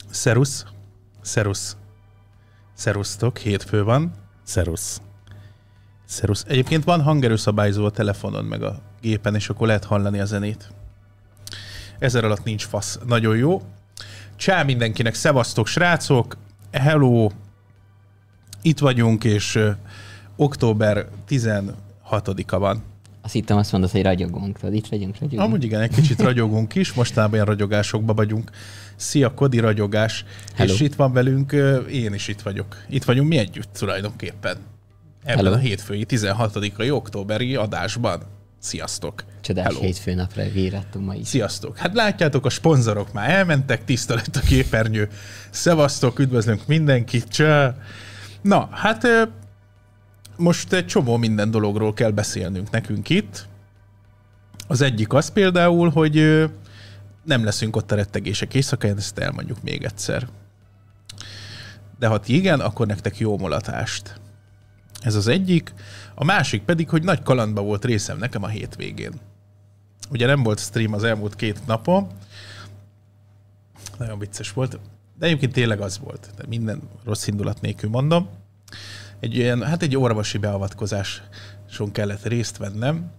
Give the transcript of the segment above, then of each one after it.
Szerusz. Szerusz. Szerusztok, hétfő van. Szerusz. Szerusz. Egyébként van hangerőszabályzó a telefonon, meg a gépen, és akkor lehet hallani a zenét. Ezer alatt nincs fasz. Nagyon jó. Csá mindenkinek, szevasztok, srácok. Hello. Itt vagyunk, és október 16-a van. Azt hittem, azt mondod, hogy ragyogunk. Itt vagyunk. Amúgy igen, egy kicsit ragyogunk is. Mostában ilyen ragyogásokban vagyunk. Szia, Kodi ragyogás. Hello. És itt van velünk, én is itt vagyok. Itt vagyunk mi együtt tulajdonképpen. Ebben a hétfői 16. októberi adásban. Sziasztok. Csodás Hello. Hétfőnapra vírattunk ma is. Sziasztok. Hát látjátok, a szponzorok már elmentek, tiszta lett a képernyő. Szevasztok, üdvözlünk mindenkit. Csá. Na, hát most egy csomó minden dologról kell beszélnünk nekünk itt. Az egyik az például, hogy nem leszünk ott a rettegések éjszakáján, ezt elmondjuk még egyszer. De ha ti igen, akkor nektek jó mulatást. Ez az egyik. A másik pedig, hogy nagy kalandba volt részem nekem a hétvégén. Ugye nem volt stream az elmúlt 2 napon. Nagyon vicces volt. De egyébként tényleg az volt. De minden rossz indulat nélkül mondom. Egy orvosi beavatkozáson kellett részt vennem,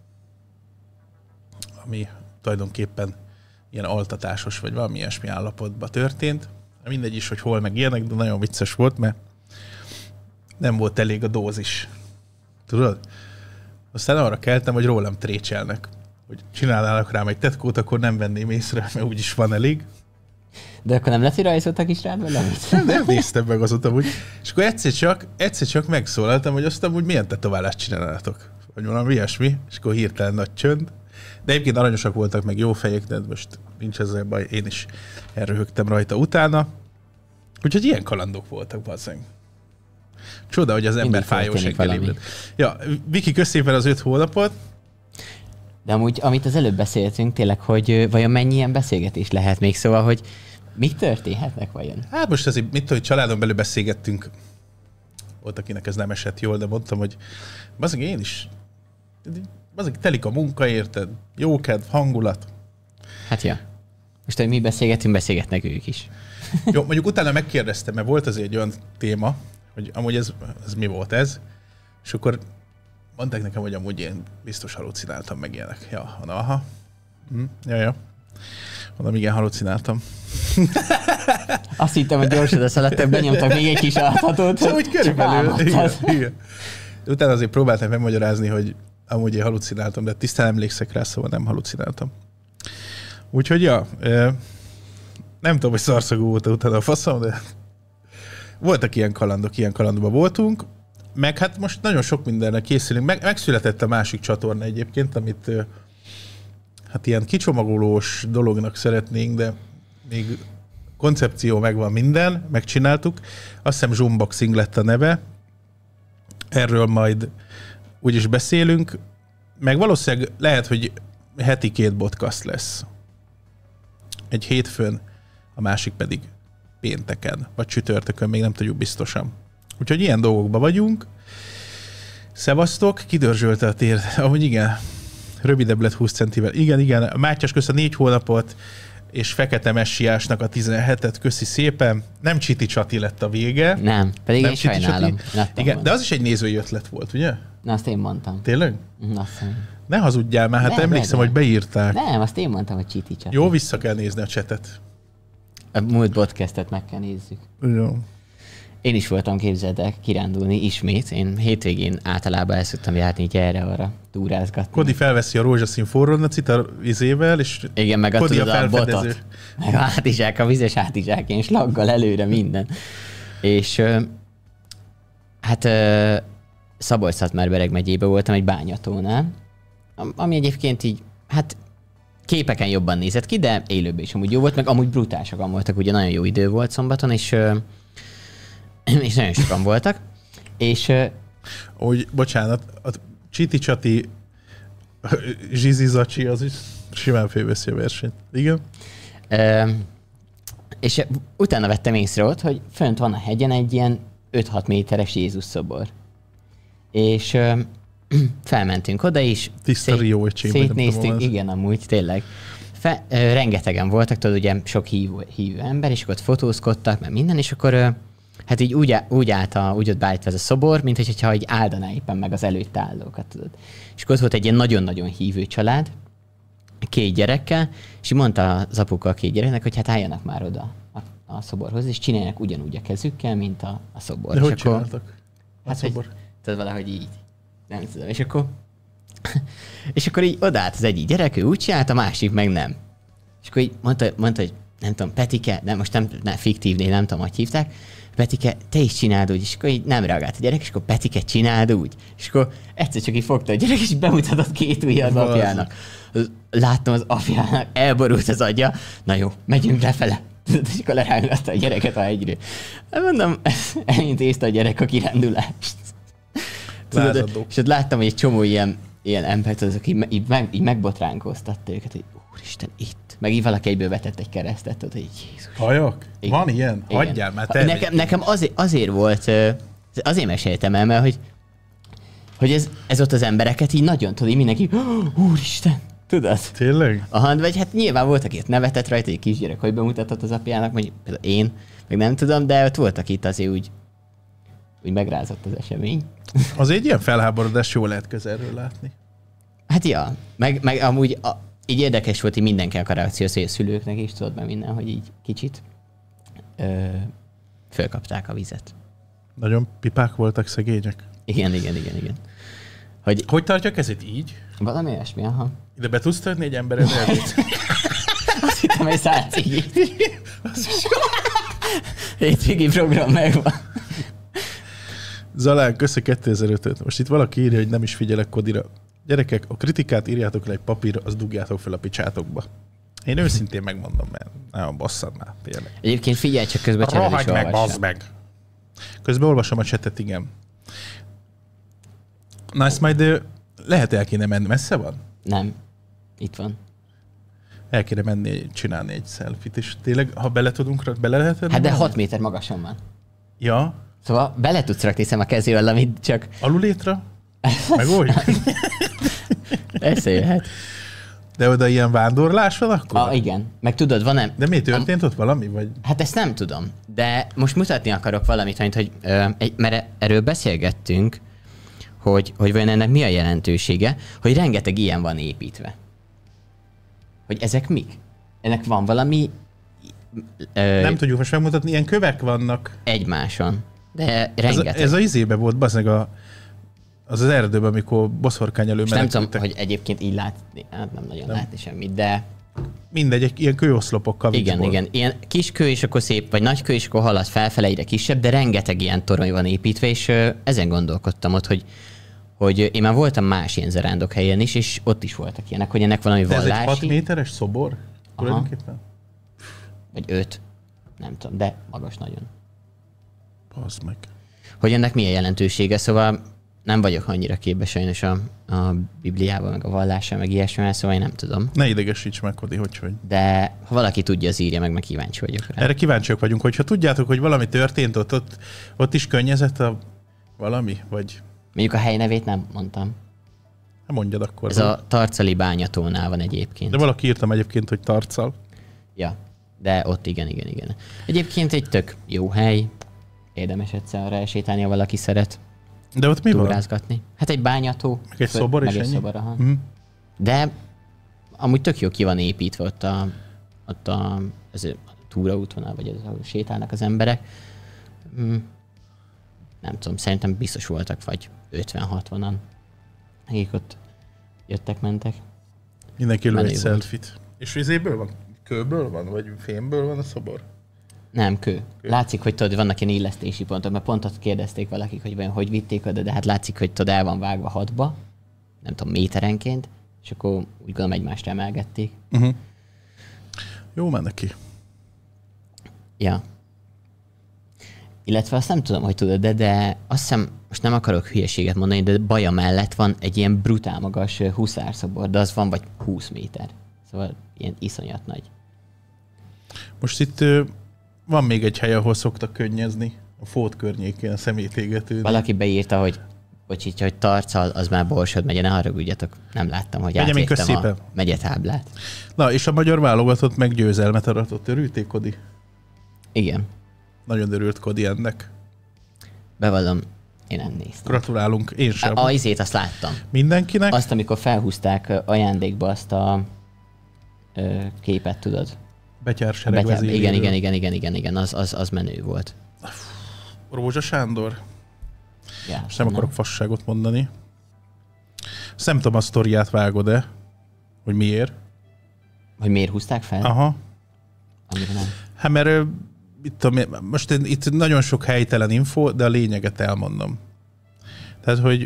ami tulajdonképpen ilyen altatásos, vagy valami ilyesmi állapotban történt. Mindegy is, hogy hol meg ilyenek, de nagyon vicces volt, mert nem volt elég a dózis. Tudod? Aztán arra keltem, hogy rólam trécselnek. Hogy csinálnának rám egy tetkót, akkor nem venném észre, mert úgyis van elég. De akkor nem lerajzoltak is rád valamit? Nem néztem meg azot amúgy. És akkor egyszer csak megszólaltam, hogy azt amúgy milyen tetoválást csinálnátok. Vagy valami ilyesmi, és akkor hirtelen nagy csönd. De egyébként aranyosak voltak, meg jó fejek, de most nincs ezzel baj, én is elröhögtem rajta utána. Úgyhogy ilyen kalandok voltak, bazzeng. Csoda, hogy az ember fájóségkel ébred. Ja, Viki, kösz szépen az 5 hónapot. De amúgy, amit az előbb beszéltünk, tényleg, hogy vajon mennyi ilyen beszélgetés lehet még, szóval, hogy mik történhetnek vajon? Hát most azért, mit tudom, hogy családon belül beszélgettünk. Volt, akinek ez nem esett jól, de mondtam, hogy bazdmeg én is. Bazdmeg telik a munka, érted? Jókedv, hangulat. Hát ja. Most, hogy mi beszélgetnek ők is. Jó, mondjuk utána megkérdeztem, mert volt azért egy olyan téma, hogy amúgy ez mi volt ez, és akkor mondták nekem, hogy amúgy én biztos halucináltam meg ilyenek. Ja, aha. Ja. Mondom, igen, halucináltam. Azt hittem, hogy gyorsan szaladtak, benyomtak még egy kis adhatót. Szóval úgy körülbelül. Igen. Utána azért próbáltam megmagyarázni, hogy amúgy én halucináltam, de tisztán emlékszek rá, szóval nem halucináltam. Úgyhogy ja, nem tudom, hogy szarszagú volt utána a faszom, de voltak ilyen kalandok, ilyen kalandokban voltunk, meg hát most nagyon sok mindenre készülünk. Megszületett a másik csatorna egyébként, amit hát ilyen kicsomagolós dolognak szeretnénk, de még koncepció megvan minden, megcsináltuk. Azt hiszem Zsumboxing lett a neve. Erről majd úgyis beszélünk. Meg valószínűleg lehet, hogy heti 2 podcast lesz. Egy hétfőn, a másik pedig pénteken, vagy csütörtökön, még nem tudjuk biztosan. Úgyhogy ilyen dolgokban vagyunk. Szevasztok, kidörzsölte a tér. Ahogy igen, rövidebb lett 20 centivel. Igen, Mátyás kösz a 4 hónapot, és Fekete Messiásnak a 17-et, köszi szépen. Nem Csiti Csati lett a vége. Nem, pedig nem én sajnálom. Igen, de az is egy nézői ötlet volt, ugye? Na, azt én mondtam. Tényleg? Azt ne hazudjál már, hát emlékszem, hogy beírták. Nem, azt én mondtam, hogy Csiti Csati. Jó, vissza kell nézni a csetet. A múlt podcastet meg kell nézzük. Jó. Én is voltam, képzeld el, kirándulni ismét. Én hétvégén általában el szoktam járni így erre-arra, túrázgatni. Kodi felveszi a rózsaszín forrónacit a vizével, és igen, meg Kodi a botot. Meg a hátizsák, a vizes hátizsák, én slaggal előre minden. És hát Szabolcs-Szatmár-Bereg megyében voltam egy bányatónál, ami egyébként így, hát képeken jobban nézett ki, de élőben is amúgy jó volt, meg amúgy brutálisan voltak, ugye nagyon jó idő volt szombaton, és nagyon sokan voltak. És bocsánat, a Csiti Csati, Zsizi Zacsi, az is simán félveszi a versenyt. Igen? És utána vettem észre ott, hogy fönt van a hegyen egy ilyen 5-6 méteres Jézus szobor. És felmentünk oda is. Tiszta Rio öcsém. Szétnéztünk, igen, amúgy tényleg. rengetegen voltak, tudod, ugye sok hívő ember, és akkor ott fotózkodtak, meg minden, és akkor hát így úgy ott beállítva ez a szobor, mint hogyha így áldaná éppen meg az előtt állókat, tudod. És akkor ott volt egy ilyen nagyon-nagyon hívő család, 2 gyerekkel, és így mondta az apuka a 2 gyereknek, hogy hát álljanak már oda a szoborhoz, és csinálják ugyanúgy a kezükkel, mint a szobor. De és hogy csináltak? Hát, szobor? Tudod, valahogy így. Nem tudom. És akkor így odállt az egyik gyerek, ő úgy csinált, a másik meg nem. És akkor így mondta, hogy nem tudom, Petike, de most nem fiktív név, nem tudom, hogy hívták, Petike, te is csináld úgy, és akkor így nem reagált a gyerek, és akkor Petike, csináld úgy. És akkor egyszer csak így fogta a gyerek, és bemutatott 2 ujjal az apjának. Láttam az apjának, elborult az agya, na jó, megyünk lefele. És akkor lerángatta a gyereket a hegyről. Mondom, elintézte a gyerek a kirándulást. És ott láttam, hogy egy csomó ilyen embert, azok így megbotránkoztatta őket, hogy úristen, itt. Meg így valaki egyből vetett egy keresztet, hogy Jézus. Hajok? Igen. Van ilyen? Igen. Hagyjál már te. Nekem azért volt, azért meséltem el, mert hogy ez ott az embereket így nagyon tudod, így mindenki, úristen, tudod? Tényleg? Aha, vagy hát nyilván voltak itt nevetett rajta, egy kisgyerek, hogy bemutatott az apjának, vagy például én, meg nem tudom, de ott voltak itt azért úgy megrázott az esemény. Azért ilyen felháborodást jól lehet közelről látni. Hát ja, meg amúgy így érdekes volt, hogy mindenkinek a reakció, a szülőknek is, tudod, mert minden, hogy így kicsit fölkapták a vizet. Nagyon pipák voltak, szegények. Igen. Hogy tartja a kezét így? Valami olyasmi, aha. Ide be tudsz tenni egy embered elvét? Azt hittem, hogy szálcigi. Hétvégi program megvan. Zalán, köszi 2005-öt. Most itt valaki írja, hogy nem is figyelek Kodira. Gyerekek, a kritikát írjátok le egy papírra, azt dugjátok fel a picsátokba. Én őszintén megmondom, mert nagyon basszad már, tényleg. Egyébként figyelj, csak közben cseted is meg, bazd meg! Közben olvasom a csetet, igen. Na ezt majd lehet el kéne menni. Messze van? Nem. Itt van. El kéne menni, csinálni egy selfie-t, és tényleg, ha bele tudunk, bele lehet? Hát de 6 méter magasan van. Ja. Szóval bele tudsz rakni szem a kezével, amit csak... Alulétra? Meg úgy? Persze jöhet. De oda ilyen vándorlás van akkor? Igen. Meg tudod, van-e... De mi történt ott valami? Vagy? Hát ezt nem tudom. De most mutatni akarok valamit, hogy mert erről beszélgettünk, hogy vajon ennek mi a jelentősége, hogy rengeteg ilyen van építve. Hogy ezek mik? Ennek van valami... nem tudjuk most megmutatni, ilyen kövek vannak. Egymáson. De rengeteg. Ez a izébe volt, bazdmeg az erdőben, amikor boszorkány elő menekültek. Nem tudom, hogy egyébként így látni, hát nem nagyon látni semmit, de... Mindegy, ilyen kőoszlopokkal. Igen. Ilyen kis kő, és akkor szép, vagy nagy kő, és akkor halad felfele, egyre kisebb, de rengeteg ilyen torony van építve, és ezen gondolkodtam ott, hogy én már voltam más ilyen zarándokhelyen is, és ott is voltak ilyenek, hogy ennek valami vallási... ez egy 6 méteres szobor? Tulajdonképpen? Vagy 5. Nem tudom, de magas nagyon. Bazd meg. Hogy ennek milyen jelentősége, szóval nem vagyok annyira képbe sajnos a Bibliában, meg a vallással, meg ilyesmivel, szóval én nem tudom. Ne idegesíts meg, Kodi, hogy. De ha valaki tudja, az írja meg kíváncsi vagyok rá. Erre kíváncsiak vagyunk, hogyha tudjátok, hogy valami történt ott is könnyezett valami, vagy... Mondjuk a hely nevét nem mondtam. Hát mondjad akkor. Ez a Tarcali bányatónál van egyébként. De valaki írtam egyébként, hogy Tarcal. Ja, de ott igen. Egyébként egy tök jó hely. Érdemes egyszer arra elsétálni, ha valaki szeret. De ott mi túrázgatni. van? Hát egy bányató. Meg egy szobor és ennyi? Szobor, De amúgy tök jó ki van építve ott a túraútvonal, vagy ez, ahol sétálnak az emberek. Nem tudom, szerintem biztos voltak vagy 50-60-an, akik ott jöttek-mentek. Mindenki lő egy selfie-t. És vizéből van? Kőből van? Vagy fémből van a szobor? Nem, kő. Látszik, hogy tudod, vannak ilyen illesztési pontok, mert pont ott kérdezték valakik, hogy vajon hogy vitték oda, de hát látszik, hogy tudod, el van vágva 6-ba, nem tudom, méterenként, és akkor úgy gondolom egymást emelgették. Jó, mennek ki. Ja. Illetve azt nem tudom, hogy tudod, de azt hiszem, most nem akarok hülyeséget mondani, de Baja mellett van egy ilyen brutál magas huszárszobor, de az van vagy 20 méter. Szóval ilyen iszonyat nagy. Most itt van még egy hely, ahol szoktak könnyezni. A Fót környékén, a szemétégetőn. Valaki beírta, hogy Bocs, hogy Tarcal, az már Borsod megye, ne haragudjatok. Nem láttam, hogy Menjemény, átléptem kösz a megyetáblát. Na, és a magyar válogatott meg győzelmet aratott. Örülték, Kodi? Igen. Nagyon örült Kodi ennek. Bevallom, én nem néztem. Gratulálunk, én sem. A izét azt láttam. Mindenkinek? Azt, amikor felhúzták ajándékba azt a képet, tudod? Betyársereg Igen, az menő volt. Rózsa Sándor? Ja, nem akarok fasságot mondani. Azt nem tudom, a sztoriát vágod-e? Hogy miért? Hogy miért húzták fel? Aha. Annyira nem. Hát mert most itt nagyon sok helytelen info, de a lényeget elmondom. Tehát, hogy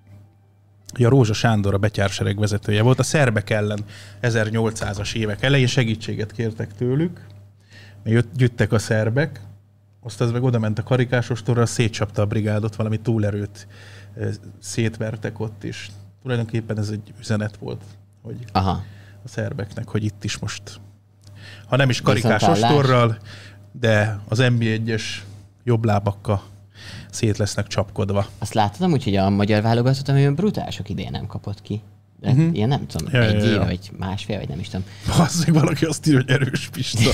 a Rózsa Sándor a betyársereg vezetője volt. A szerbek ellen 1800-as évek elején segítséget kértek tőlük, mert jöttek a szerbek, aztán meg oda ment a karikásostorra, szétcsapta a brigádot, valami túlerőt szétvertek ott, és tulajdonképpen ez egy üzenet volt, hogy a szerbeknek, hogy itt is most, ha nem is karikásostorral, de az NB1-es jobblábakkal szét lesznek csapkodva. Azt láttad amúgy, hogy a magyar válogatott, amiben brutálisok idén nem kapott ki. De ilyen nem tudom, egy év, vagy másfél, vagy nem is tudom. Basszeg, valaki azt írja, hogy erős Pista.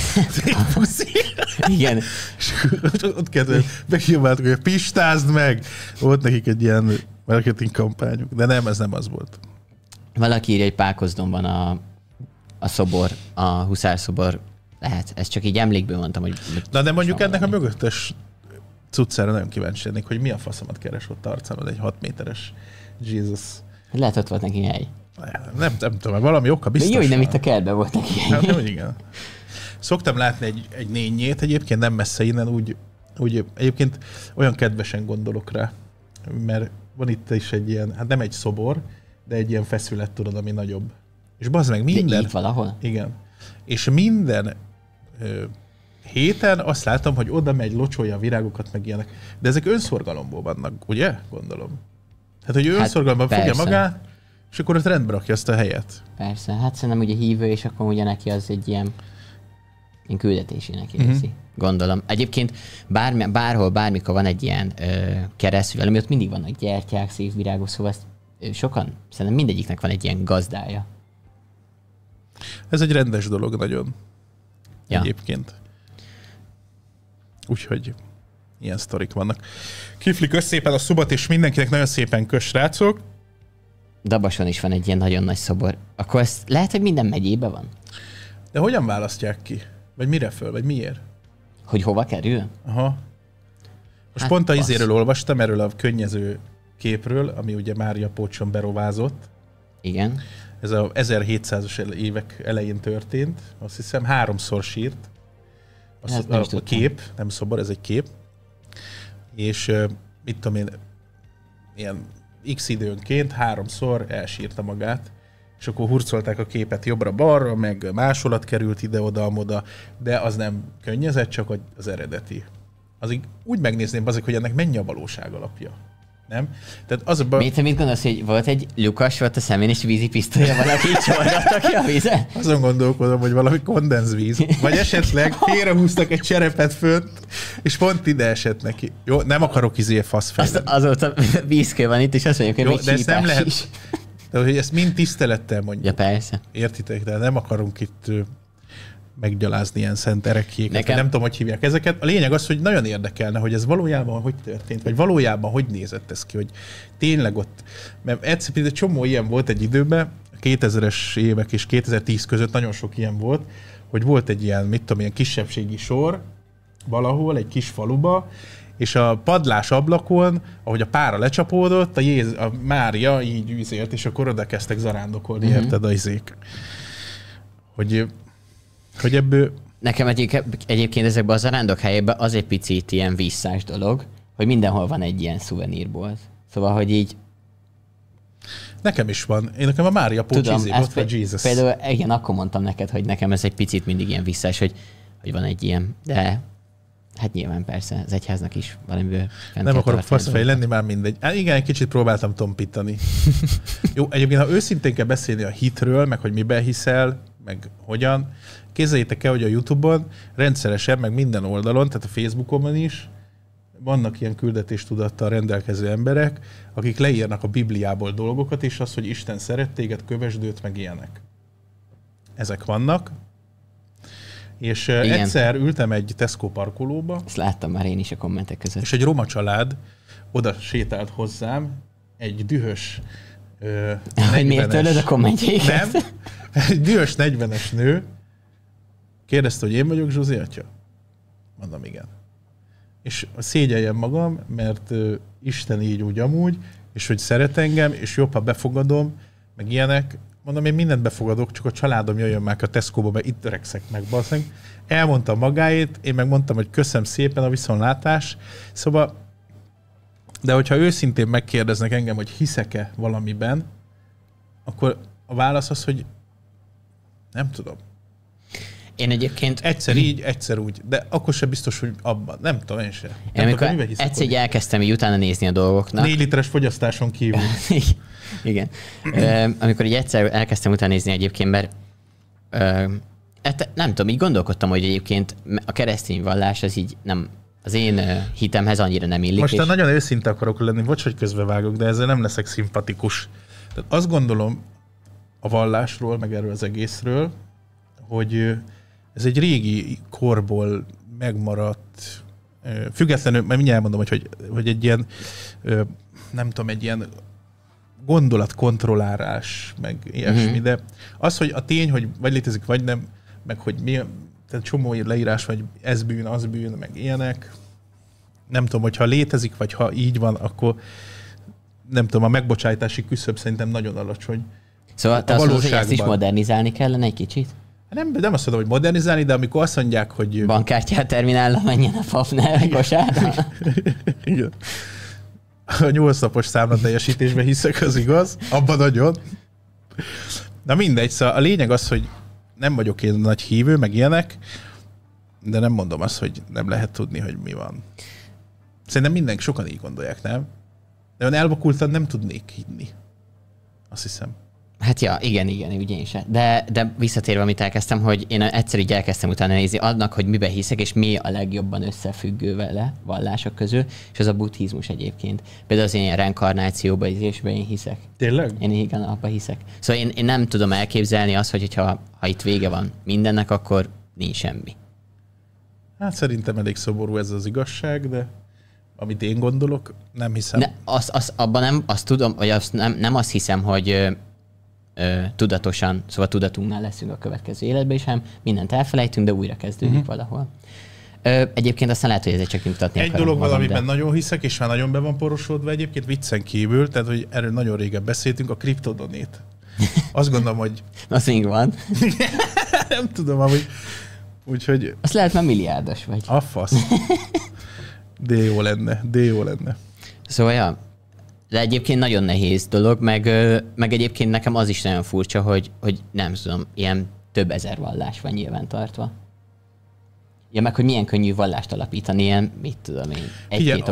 Igen. És ott kellett, megnyilváltuk, hogy pistázd meg. Volt nekik egy ilyen marketing kampányuk, de nem, ez nem az volt. Valaki írja, hogy Pákozdomban a szobor, a huszárszobor lehet. Ezt csak így emlékből mondtam, hogy... Na de mondjuk ennek a mögöttes cuccára nagyon kíváncsi lennék, hogy mi a faszomat keres ott arcán, egy 6 méteres Jesus. Lehet, ott volt neki hely. Nem tudom, valami oka biztos. De jó, hogy nem itt a kertben volt neki hely. Hát, nem, igen. Szoktam látni egy nényét, egyébként nem messze innen, úgy egyébként olyan kedvesen gondolok rá, mert van itt is egy ilyen, hát nem egy szobor, de egy ilyen feszület, tudod, ami nagyobb. És bazd meg minden... De itt valahol? Igen. És minden héten azt látom, hogy oda megy, locsolja a virágokat, meg ilyenek. De ezek önszorgalomból vannak, ugye? Gondolom. Hát, hogy ő önszorgalomban fogja magát, és akkor ott rendbe rakja azt a helyet. Persze, hát szerintem ugye hívő, és akkor ugye neki az egy ilyen küldetésének érzi. Gondolom. Egyébként bárhol, bármikor van egy ilyen keresztül, ami ott mindig vannak gyertyák, szép virágok, szóval ezt sokan, szerintem mindegyiknek van egy ilyen gazdája. Ez egy rendes dolog nagyon. Ja. Egyébként. Úgyhogy ilyen sztorik vannak. Kifli, kösz szépen a szubat, és mindenkinek nagyon szépen kösz, srácok. Dabason is van egy ilyen nagyon nagy szobor. Akkor ez lehet, hogy minden megyében van? De hogyan választják ki? Vagy mire föl? Vagy miért? Hogy hova kerül? Aha. Most hát pont a izéről olvastam, erről a könnyező képről, ami ugye Mária Pócson berovázott. Igen. Ez a 1700-as évek elején történt. Azt hiszem 3-szor sírt. A kép, nem szobor, ez egy kép. És mit tudom én, ilyen x időnként 3-szor elsírta magát, és akkor hurcolták a képet jobbra-balra, meg másolat került ide-oda-amoda, de az nem könnyezett, csak az eredeti. Az így úgy megnézném azért, hogy ennek mennyi a valóság alapja. Nem? Tehát az mit gondolsz, hogy volt egy lyukas volt a szemén, és vízipisztolya valaki így csorgattak ki a vizet? Azon gondolkodom, hogy valami kondenzvíz. Vagy esetleg félrehúztak egy cserepet fönt, és pont ide esett neki. Jó, nem akarok faszfejleni. Azóta vízkő van itt, és azt mondjuk, hogy még sípás lehet, is. De hogy ezt mind tisztelettel mondjuk. Ja, persze. Értitek? De nem akarunk itt meggyalázni ilyen szent erekjéket. Nem tudom, hogy hívják ezeket. A lényeg az, hogy nagyon érdekelne, hogy ez valójában hogy történt, vagy valójában hogy nézett ez ki, hogy tényleg ott, mert egyszer egy csomó ilyen volt egy időben, 2000-es évek és 2010 között nagyon sok ilyen volt, hogy volt egy ilyen, mit tudom, ilyen kisebbségi sor valahol, egy kis faluba, és a padlás ablakon, ahogy a pára lecsapódott, a Mária így üzélt, és akkor oda kezdtek zarándokolni, érted a izék. Hogy ebből... Nekem egyébként ezekben a zarándok helyében az egy picit ilyen visszás dolog, hogy mindenhol van egy ilyen szuvenírbolt. Szóval, hogy így... Nekem is van. Nekem a Mária Pócs ott van Jesus. Például igen, akkor mondtam neked, hogy nekem ez egy picit mindig ilyen visszás, hogy van egy ilyen, de hát nyilván persze, az egyháznak is valamiből nem akarok faszfej lenni, már mindegy. Igen, egy kicsit próbáltam tompítani. Jó, egyébként, ha őszintén kell beszélni a hitről, meg hogy miben hiszel, meg hogyan, képzeljétek el, hogy a YouTube-on rendszeresen, meg minden oldalon, tehát a Facebookon is vannak ilyen küldetéstudattal rendelkező emberek, akik leírnak a Bibliából dolgokat, és az, hogy Isten szeret téged, kövesd őt, meg ilyenek. Ezek vannak. És egyszer ültem egy Tesco parkolóba. Ezt láttam már én is a kommentek között. És egy roma család oda sétált hozzám, egy dühös 40-es... Miért tőled a kommentjéket? Nem. Egy dühös 40-es nő kérdezte, hogy én vagyok Zsuzsi atya? Mondom, igen. És szégyeljem magam, mert Isten így úgy amúgy, és hogy szeret engem, és jobb, ha befogadom, meg ilyenek. Mondom, én mindent befogadok, csak a családom jöjjön már a Tesco-ba, mert itt öregszek meg, balszeg. Elmondta magáét, én megmondtam, hogy köszönöm szépen a viszontlátás. Szóval, de hogyha őszintén megkérdeznek engem, hogy hiszek-e valamiben, akkor a válasz az, hogy nem tudom. Én egyébként... Egyszer így, egyszer úgy. De akkor sem biztos, hogy abban. Nem tudom, én sem. Én amikor egyszer így elkezdtem így utána nézni a dolgoknak. 4 literes fogyasztáson kívül. Igen. Amikor így egyszer elkezdtem utána nézni egyébként, mert nem tudom, így gondolkodtam, hogy egyébként a keresztény vallás az így nem, az én hitemhez annyira nem illik. Most nagyon őszinte akarok lenni, bocs, hogy közbevágok, de ezzel nem leszek szimpatikus. Tehát azt gondolom a vallásról, meg erről az egészről, hogy ez egy régi korból megmaradt, függetlenül, mert mindjárt mondom, hogy egy ilyen, nem tudom, egy ilyen gondolatkontrollálás, meg ilyesmi, de az, hogy a tény, hogy vagy létezik, vagy nem, meg hogy mi, tehát csomó leírás, vagy ez bűn, az bűn, meg ilyenek, nem tudom, hogyha létezik, vagy ha így van, akkor nem tudom, a megbocsájtási küszöb szerintem nagyon alacsony. Szóval te azt mondod, hogy ezt is modernizálni kellene egy kicsit? Nem azt mondom, hogy modernizálni, de amikor azt mondják, hogy... Bankkártyát terminállal menjen a pap, ne kosárra. Igen. A 8 napos számlateljesítésben hiszek, az igaz. Abban nagyon. Na mindegy, szóval a lényeg az, hogy nem vagyok én nagy hívő, meg ilyenek, de nem mondom azt, hogy nem lehet tudni, hogy mi van. Szerintem mindenki, sokan így gondolják, nem? De olyan elvakultan nem tudnék hinni. Azt hiszem. Hát ja, igen, ugye én sem. De visszatérve, amit elkezdtem, hogy én egyszer így elkezdtem utána nézni annak, hogy miben hiszek, és mi a legjobban összefüggő vele vallások közül, és az a buddhizmus egyébként. Például az én ilyen reinkarnációban én hiszek. Tényleg? Én igen, abban hiszek. Szóval én nem tudom elképzelni azt, hogy ha itt vége van mindennek, akkor nincs semmi. Hát szerintem elég szomorú ez az igazság, de amit én gondolok, nem hiszem. Abban nem azt tudom, vagy nem azt hiszem, hogy tudatosan, szóval tudatunknál leszünk a következő életben is, hanem mindent elfelejtünk, de újra kezdődik valahol. Egyébként aztán lehet, hogy ezért csak nyugtatni akarom. Egy dolog valamiben nagyon hiszek, és már nagyon be van porosodva egyébként viccen kívül, tehát hogy erről nagyon régen beszéltünk, a kriptodonét. Azt gondolom, hogy... Az még van. Nem tudom, amúgy... Úgyhogy... Azt lehet, már milliárdos vagy. A fasz. De jó lenne. Szóval, ja. De egyébként nagyon nehéz dolog, meg egyébként nekem az is nagyon furcsa, hogy nem tudom, ilyen több ezer vallás van nyilván tartva. Ja, meg hogy milyen könnyű vallást alapítani, ilyen, mit tudom én, egy-két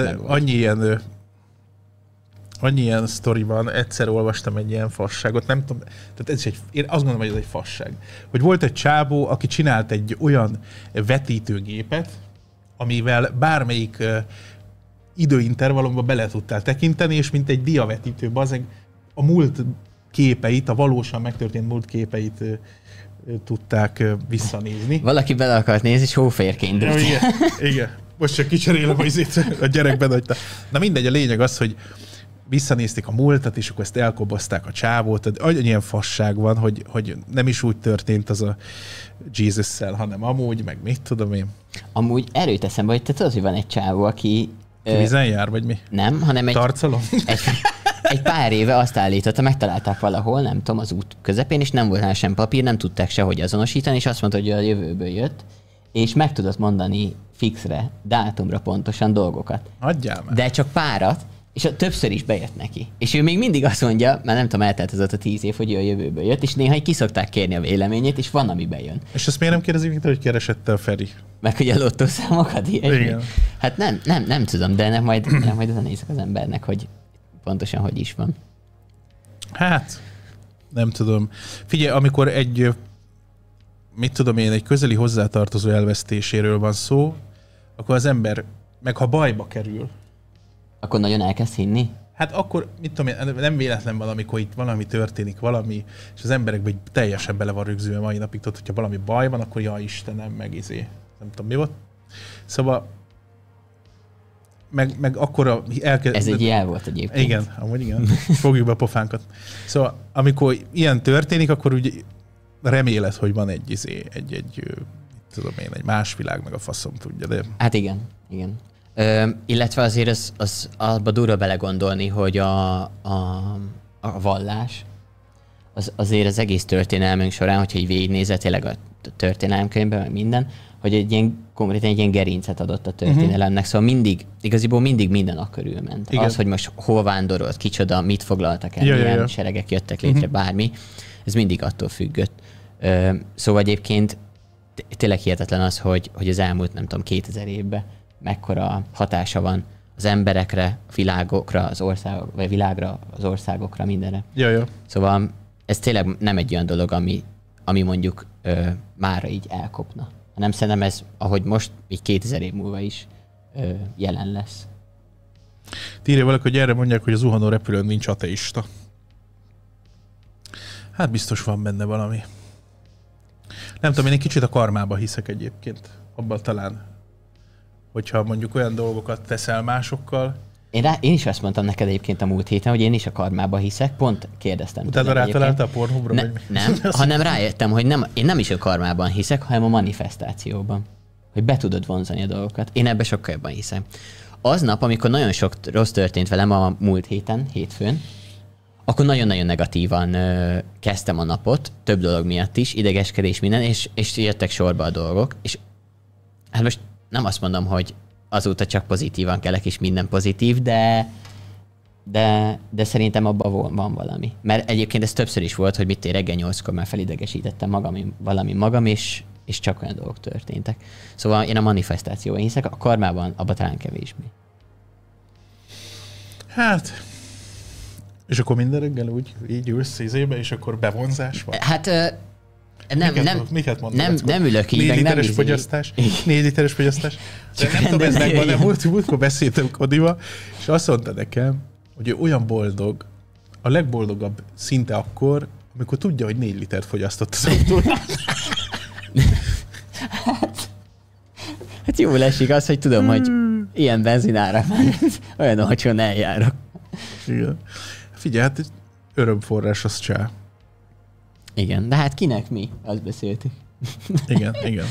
annyi ilyen sztori van, egyszer olvastam egy ilyen fasságot, nem tudom, tehát én azt gondolom, hogy ez egy fasság. Hogy volt egy csávó, aki csinált egy olyan vetítőgépet, amivel bármelyik időintervallumban bele tudtál tekinteni, és mint egy diavetítő bazeg a múlt képeit, a valósan megtörtént múlt képeit tudták visszanézni. Valaki bele akart nézni, és hóférként dőlt. Igen. Most csak kicserélem a gyerekben hagyta. Na mindegy, a lényeg az, hogy visszanézték a múltat, és akkor ezt elkobozták a csávót. Annyi ilyen fasság van, hogy nem is úgy történt az a Jesus-szel, hanem amúgy, meg mit tudom én. Amúgy erőt eszembe, hogy te tudod, hogy van egy csávó, aki... Vízen jár, vagy mi? Nem, hanem Tarcalom? Egy pár éve azt állította, megtalálták valahol, nem tudom, az út közepén, és nem volt sem papír, nem tudták sehogy azonosítani, és azt mondta, hogy a jövőből jött, és meg tudott mondani fixre, dátumra pontosan dolgokat. Adjál már. De csak párat, és többször is bejött neki. És ő még mindig azt mondja, mert nem tudom, eltelt az ott a 10 év, hogy ő a jövőből jött, és néha ki szokták kérni a véleményét, és van, ami bejön. És azt miért nem kérdezik, hogy keresette a Feri? Meg hogy a lottószámokat ilyesmi. Hát nem tudom, de majd oda nézek az embernek, hogy pontosan hogy is van. Hát, nem tudom. Figyelj, amikor egy közeli hozzátartozó elvesztéséről van szó, akkor az ember meg ha bajba kerül, akkor nagyon elkezd hinni? hát akkor, mit tudom én, nem véletlen valamikor itt valami történik, valami, és az emberekben teljesen bele van rögzülve mai napig, tudod, hogyha valami baj van, akkor ja Istenem, meg nem tudom mi volt. Szóval meg akkor Ez egy jel volt egyébként. Igen, amúgy igen. Fogjuk be a pofánkat. Szóval amikor ilyen történik, akkor úgy reméled, hogy van egy tudom én, egy más világ, meg a faszom tudja, de... Hát igen. Illetve azért az abba durva belegondolni, hogy a vallás azért az egész történelmünk során, hogyha így végignézett tényleg a történelemkönyvben, meg minden, hogy konkrétan egy ilyen gerincet adott a történelemnek, szóval igaziból mindig minden a körül ment. Igen. Az, hogy most hol vándorolt, kicsoda, mit foglaltak el, milyen seregek jöttek létre, bármi, ez mindig attól függött. Szóval egyébként tényleg hihetetlen az, hogy az elmúlt, nem tudom, 2000 évben mekkora hatása van az emberekre, a világokra, vagy világra, az országokra, mindenre. Ja. Szóval ez tényleg nem egy olyan dolog, ami mondjuk mára így elkopna. Hanem szerintem ez, ahogy most, így 2000 év múlva is jelen lesz. Írja valaki, hogy erre mondják, hogy a zuhanó repülőn nincs ateista. Hát biztos van benne valami. Nem tudom, én egy kicsit a karmába hiszek egyébként. Abban talán, hogyha mondjuk olyan dolgokat teszel másokkal. Én is azt mondtam neked egyébként a múlt héten, hogy én is a karmába hiszek, pont kérdeztem. Utána rátaláltál a Pornhubra? Nem, hanem rájöttem, hogy én nem is a karmában hiszek, hanem a manifestációban. Hogy be tudod vonzani a dolgokat. Én ebben sokkal jobban hiszem. Aznap, amikor nagyon sok rossz történt velem a múlt héten, hétfőn, akkor nagyon-nagyon negatívan kezdtem a napot, több dolog miatt is, idegeskedés, minden, és jöttek sorba a dolgok. És hát most nem azt mondom, hogy azóta csak pozitívan kelek, és minden pozitív, de szerintem abban van valami. Mert egyébként ez többször is volt, hogy mit én reggel 8-kor már felidegesítettem magam, és csak olyan dolgok történtek. Szóval én a manifestációban hiszek, a karmában abban talán kevésbé. Hát, és akkor minden reggel úgy így ülsz izébe, és akkor bevonzás van? Hát nem ülök így, 4 literes fogyasztás. 4 literes fogyasztás. Nem tudom, ez megvan, de múltkor beszéltem Kodival, és azt mondta nekem, hogy ő olyan boldog, a legboldogabb szinte akkor, amikor tudja, hogy 4 litert fogyasztott az autóra. Hát jól esik az, hogy tudom, hogy ilyen benzinára olyan olcsón eljárok. Igen. Figyelj, hát örömforrás az csá. Igen, de hát kinek mi? Azt beszéltük. Igen.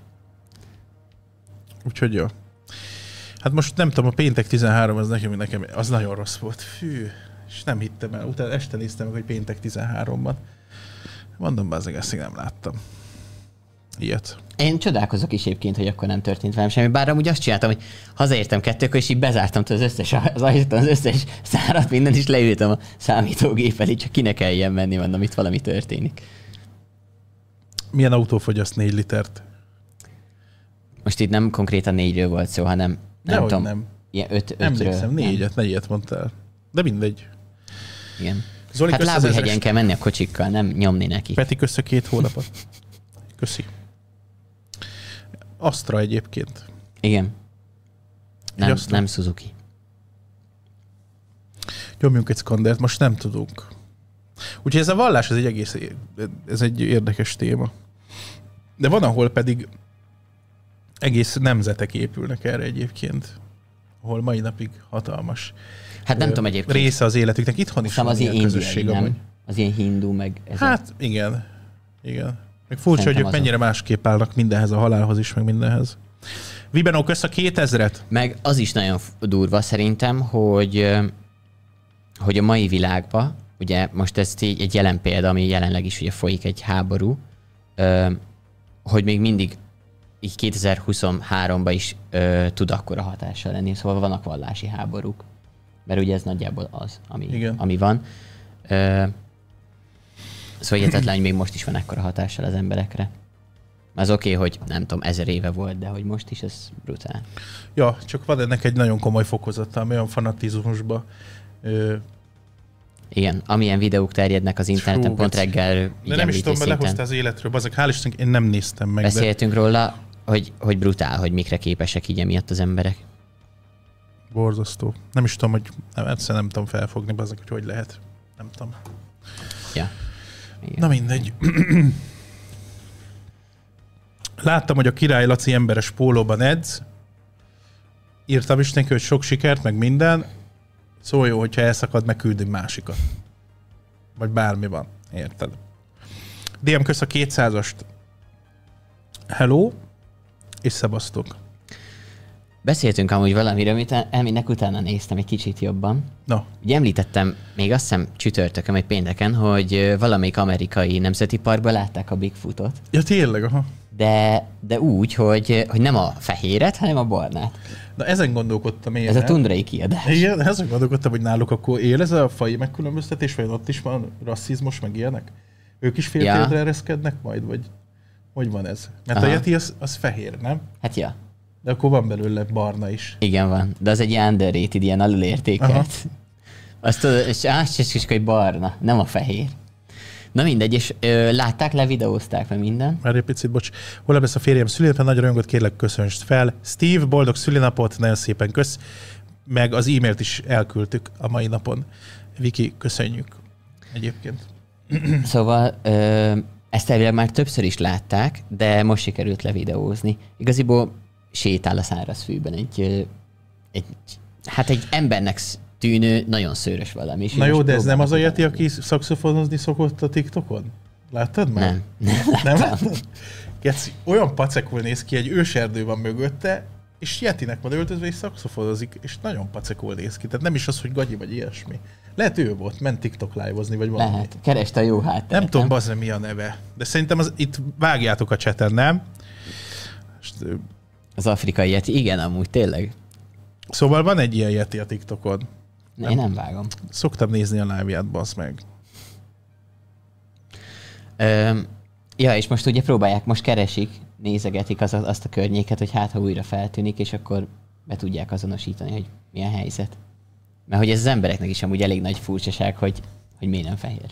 Úgyhogy jó. Hát most nem tudom, a péntek 13 az nekem az nagyon rossz volt. Fű, és nem hittem el. Utána este néztem meg, hogy péntek 13-ban. Mondom, bazzeg, ezt nem láttam. Ilyet. Én csodálkozok is egyébként, hogy akkor nem történt velem semmi. Bár amúgy azt csináltam, hogy hazaértem 2-kor, és így bezártam az összes szárat, mindent, és leültem a számítógép elé, csak kinek kell ilyen menni, mondom, itt valami történik. Milyen autó fogyaszt 4 litert? Most itt nem konkrétan 4-ről volt szó, hanem nem tudom. Nem. Ilyen 5-ről. Emlékszem, 4-et mondtál. De mindegy. Igen. Zoli, hát Lábújhegyen kell menni a kocsikkal, nem nyomni neki. Peti, kösz a 2 hónapot. Köszi. Astra egyébként. Igen. Nem Suzuki. Nyomjunk egy skandert, most nem tudunk. Úgyhogy ez a vallás, ez egy érdekes téma. De van, ahol pedig egész nemzetek épülnek erre egyébként. Ahol mai napig hatalmas hát nem tudom egyébként. Része az életüknek. Itthon is van ilyen közösség. Nem? Az ilyen hindu, meg ez. Hát igen. Még furcsa, hogy ők mennyire másképp állnak mindenhez, a halálhoz is, meg mindenhez. Vibenó, kösz a 2000-et! Meg az is nagyon durva szerintem, hogy a mai világban, ugye most ez egy jelen példa, ami jelenleg is ugye folyik egy háború, hogy még mindig így 2023-ban is tud akkora hatással lenni, szóval vannak vallási háborúk. Mert ugye ez nagyjából az, ami van. Szóval hihetetlen, hogy még most is van ekkora hatással az emberekre. Az oké, hogy nem tudom, 1000 éve volt, de hogy most is, ez brutál. Ja, csak van ennek egy nagyon komoly fokozata, olyan fanatizmusba. Igen, amilyen videók terjednek az interneten, pont reggel. De nem is tudom, mert lehozta az életről, azok hál' Istennek, én nem néztem meg. Beszéltünk róla, hogy brutál, hogy mikre képesek így emiatt az emberek. Borzasztó. Nem is tudom, hogy egyszerűen nem tudom felfogni, azok, hogy lehet. Nem tudom. Ja. Igen. Na mindegy. Láttam, hogy a Király Laci emberes pólóban edz. Írtam is neki, hogy sok sikert, meg minden. Szól jó, hogyha elszakad, meg küldünk másikat. Vagy bármi van. Érted? DM kösz a 200-ast. Hello. És szevasztok. Beszéltünk amúgy valamiről, aminek utána néztem egy kicsit jobban. No. Ugye említettem még azt hiszem csütörtökön, vagy pénteken, hogy valamelyik amerikai nemzeti parkban látták a Bigfootot. Ja, tényleg, aha. De úgy, hogy nem a fehéret, hanem a barnát. Na ezen gondolkodtam én. Ez a tundrai kiadás. Igen, ezen gondolkodtam, hogy náluk akkor él ez a faji megkülönböztetés, vagy ott is van rasszizmus, meg ilyenek? Ők is féltérdre ereszkednek majd, vagy hogy van ez? Mert aha. A Yeti az fehér, nem? Hát ja. De akkor van belőle barna is. Igen, van. De az egy ilyen underrated, ilyen alulértékelt. Azt tudod, és hogy barna, nem a fehér. Na mindegy, és látták, levideózták meg minden. Már egy picit, bocs. Hol lesz a férjem szülinapján? Nagy rajongót, kérlek, köszönst fel. Steve, boldog szülinapot, nagyon szépen kösz. Meg az e-mailt is elküldtük a mai napon. Viki, köszönjük egyébként. Szóval ezt elvileg már többször is látták, de most sikerült levideózni. Igaziból sétál a szárazfűben egy embernek tűnő, nagyon szőrös valami. Na jó, de ez nem az a Yeti, aki szaxofonozni szokott a TikTokon? Láttad már? Nem láttad? Geci, olyan pacekul néz ki, egy őserdő van mögötte, és Yetinek van öltözve, és szaxofonozik, és nagyon pacekul néz ki. Tehát nem is az, hogy gagyi vagy ilyesmi. Lehet ő volt, ment TikTok live-ozni, vagy valami. Lehet, kereste a jó hátteret. Nem tudom, bazd, mi a neve. De szerintem itt vágjátok a chaten, nem? Az afrikai Yeti, igen, amúgy tényleg. Szóval van egy ilyen Yeti a TikTokon. Én nem vágom. Szoktam nézni a live-ját, bassz meg. Ja, és most ugye próbálják, most keresik, nézegetik azt a környéket, hogy hát ha újra feltűnik, és akkor be tudják azonosítani, hogy milyen helyzet. Mert hogy ez az embereknek is amúgy elég nagy furcsaság, hogy miért nem fehér.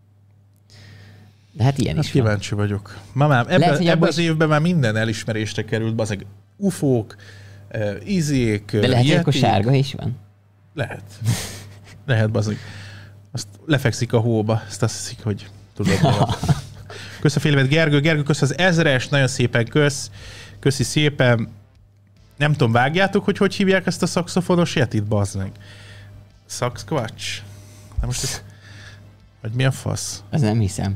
De hát ilyen hát is kíváncsi vagyok. Mamám, ebben az évben már minden elismerésre került, bazeg ufók, izék, de lehet, hogy akkor sárga is van? Lehet. Lehet, bazeg. Azt lefekszik a hóba, azt hiszik, hogy tudod. Kösz a filmet, Gergő. Gergő, kösz az 1000-es, nagyon szépen kösz. Köszi szépen. Nem tudom, vágjátok, hogy hívják ezt a szaxofonos Yetit, bazd meg. Sasquatch? Na most ez... Vagy mi a fasz? Az nem hiszem.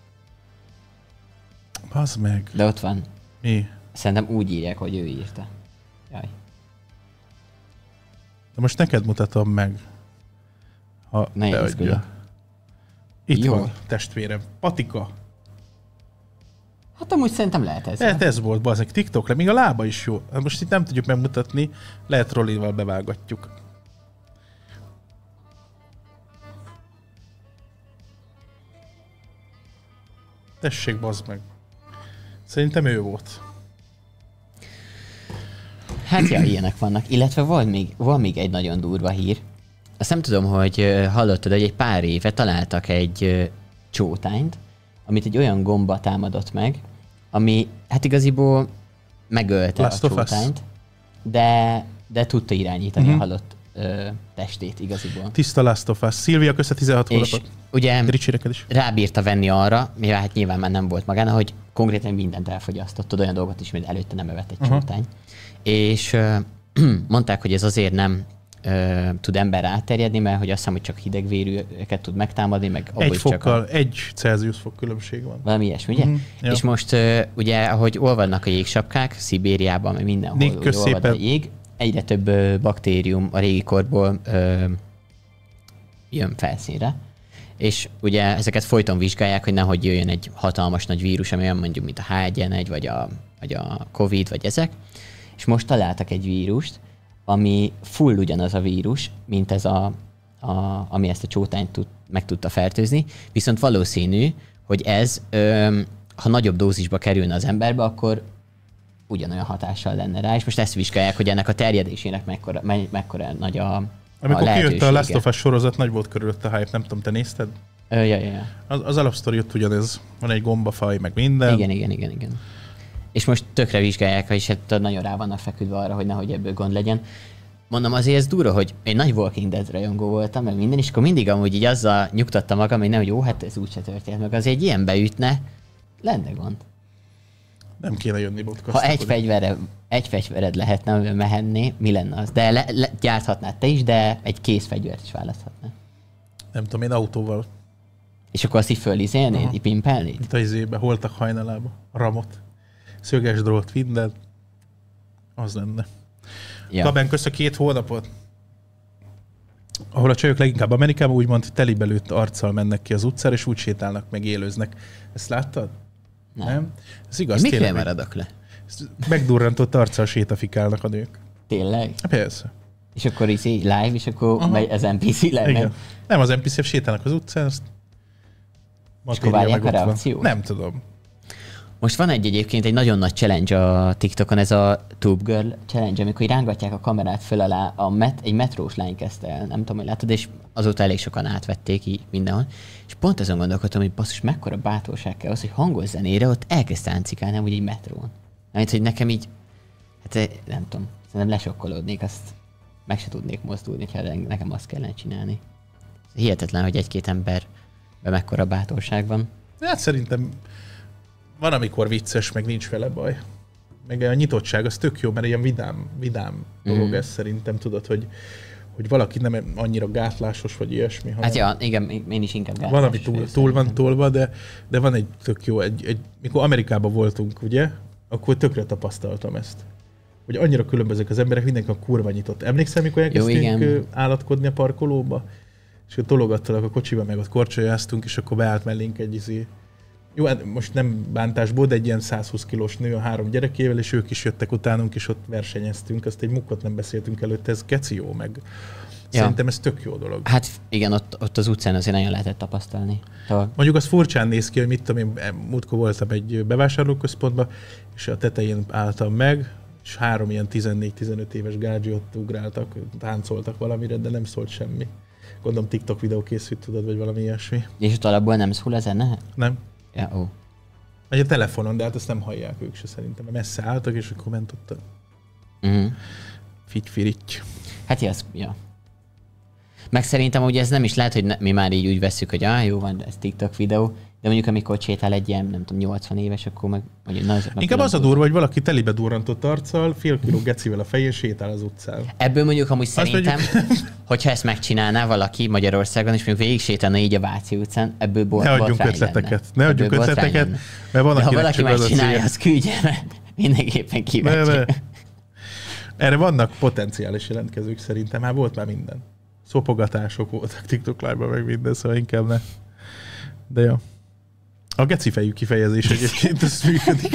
Bazd meg. De ott van. Mi? Szerintem úgy írják, hogy ő írta. Jaj. De most neked mutatom meg. Ha ne izgulok. Itt jó. Van, testvérem. Patika. Hát amúgy szerintem lehet ez. Lehet ez volt, bazeg, TikTok-ra, még a lába is jó. Most itt nem tudjuk megmutatni, lehet rollival bevágatjuk. Tessék, bazd meg. Szerintem ő volt. Hát ja, ilyenek vannak. Illetve van még egy nagyon durva hír. Azt nem tudom, hogy hallottad, hogy egy pár éve találtak egy csótányt, amit egy olyan gomba támadott meg, ami hát igaziból megölte a csótányt, de tudta irányítani a halott testét igaziból. Tiszta Last of Us. Szilvia, kösze 16 hónapot. Ugye is. rábírta venni arra, mivel hát nyilván már nem volt magána, hogy konkrétan mindent elfogyasztott, olyan dolgot is, mint előtte nem evett egy csótány. És mondták, hogy ez azért nem tud emberre átterjedni, mert hogy azt hiszem, hogy csak hidegvérűeket tud megtámadni, meg abból egy fokkal, 1 Celsius fok különbség van. Valami ilyesmi, ugye? Ja. És most ugye, ahogy olvadnak a jégsapkák, Szibériában, meg mindenhol olvad a jég, egyre több baktérium a régi korból jön felszínre. És ugye ezeket folyton vizsgálják, hogy nehogy jöjjön egy hatalmas nagy vírus, ami olyan mondjuk, mint a H1N1, vagy a Covid, vagy ezek. És most találtak egy vírust, ami full ugyanaz a vírus, mint ez ami ezt a csótányt meg tudta fertőzni, viszont valószínű, hogy ez, ha nagyobb dózisba kerülne az emberbe, akkor ugyanolyan hatással lenne rá, és most ezt vizsgálják, hogy ennek a terjedésének mekkora nagy a amikor kijött a Last of Us sorozat, nagy volt körülött a hype, nem tudom, te nézted? Ja. Az alapsztori ott ugyanez, van egy gombafaj, meg minden. Igen. És most tökre vizsgálják, és hát nagyon rá vannak feküdve arra, hogy nehogy ebből gond legyen. mondom, azért ez durva, hogy én nagy Walking Dead rajongó voltam, meg minden, és akkor mindig amúgy így azzal nyugtattam magam, hogy nem, hogy jó, hát ez úgyse történt meg. Azért egy ilyen beütne, lenne gond. Nem kéne jönni podcast. Ha egy fegyvered lehetne, amivel mehenné, mi lenne az? De gyárthatnád te is, de egy kézfegyvert is választhatnád. Nem tudom, én autóval. És akkor azt így fölizélnéd, így pimpelnéd? Itt a izébe, holtak hajnalába, ramot, szöges drót, minden. Az lenne. Ja. Gabán, kösz a 2 hónapot, ahol a csajok leginkább Amerikában úgymond telibelőtt arccal mennek ki az utcára, és úgy sétálnak, meg élőznek. Ezt láttad? Nem? Ez igaz, tényleg. Mikor maradok le? Megdurrantott arccal sétafikálnak a nők. Tényleg? Persze. És akkor így live, és akkor megy az NPC live. Igen. Nem, az NPC-ek sétálnak az utcán, azt és akkor várják a reakciót? Nem tudom. Most van egyébként egy nagyon nagy challenge a TikTokon, ez a Tube Girl challenge, amikor rángatják a kamerát föl alá, egy metrós lány kezdte el, nem tudom, hogy látod, és azóta elég sokan átvették így mindenhol. És pont azon gondolkodtam, hogy basszus, mekkora bátorság kell az, hogy hangos zenére ott elkezd táncikálni, úgy egy metrón. Mert hogy nekem így, hát nem tudom, szerintem lesokkolódnék, azt meg se tudnék mozdulni, ha nekem azt kellene csinálni. Hihetetlen, hogy egy-két emberben mekkora bátorság van. Hát szerintem van, amikor vicces, meg nincs vele baj. Meg a nyitottság, az tök jó, mert ilyen vidám dolog ez szerintem, tudod, hogy valaki nem annyira gátlásos, vagy ilyesmi. Hát ja, igen, én is inkább gátlásos. Van, ami túl van tolva, de van egy tök jó, mikor Amerikában voltunk, ugye, akkor tökre tapasztaltam ezt. Hogy annyira különbözők az emberek, mindenki a kurva nyitott. Emlékszel, mikor elkezdtünk állatkodni a parkolóba? És akkor tologattalak a kocsiba, meg ott korcsolyáztunk, és akkor beállt mellénk egy Jó, hát most nem bántásból, de egy ilyen 120 kilós nő a 3 gyerekével, és ők is jöttek utánunk, és ott versenyeztünk. Azt egy mukkot nem beszéltünk előtte, ez geci jó, meg szerintem ez tök jó dolog. Hát igen, ott az utcán azért nagyon lehetett tapasztalni. Mondjuk az furcsán néz ki, hogy mit tudom én, múltkor voltam egy bevásárlóközpontban, és a tetején álltam meg, és 3 ilyen 14-15 éves gádzsi ott ugráltak, táncoltak valamire, de nem szólt semmi. Gondolom TikTok videó készült, tudod, vagy valami ilyesmi. És ott alapból nem szól a zene? Nem. Ja, ó. Vagy a telefonon, de hát ezt nem hallják ők se szerintem, mert messze álltak, és akkor ment ott a figy-firigy. Hát ja. Meg szerintem ugye ez nem is lehet, hogy mi már így úgy vesszük, hogy jó van, ez TikTok videó, de mondjuk amikor sétál egy ilyen, nem tudom, 80 éves, akkor meg... Inkább az a durva, hogy valaki telibe durrantott arccal, fél kiló gecivel a fején sétál az utcán. Ebből mondjuk amúgy szerintem, hogyha ezt megcsinálná valaki Magyarországon, és mondjuk végig sétálna így a Váci utcán, ebből Ne adjunk ötleteket, mert van, de ha valaki megcsinálja, azt küldje, mert mindenképpen kíváncsi. Erre vannak potenciális jelentkezők szerintem, már volt már minden. Szopogatások voltak TikTok live-ban, meg minden, szóval inkább ne. De jó. A geci fejű kifejezés egyébként, ez működik.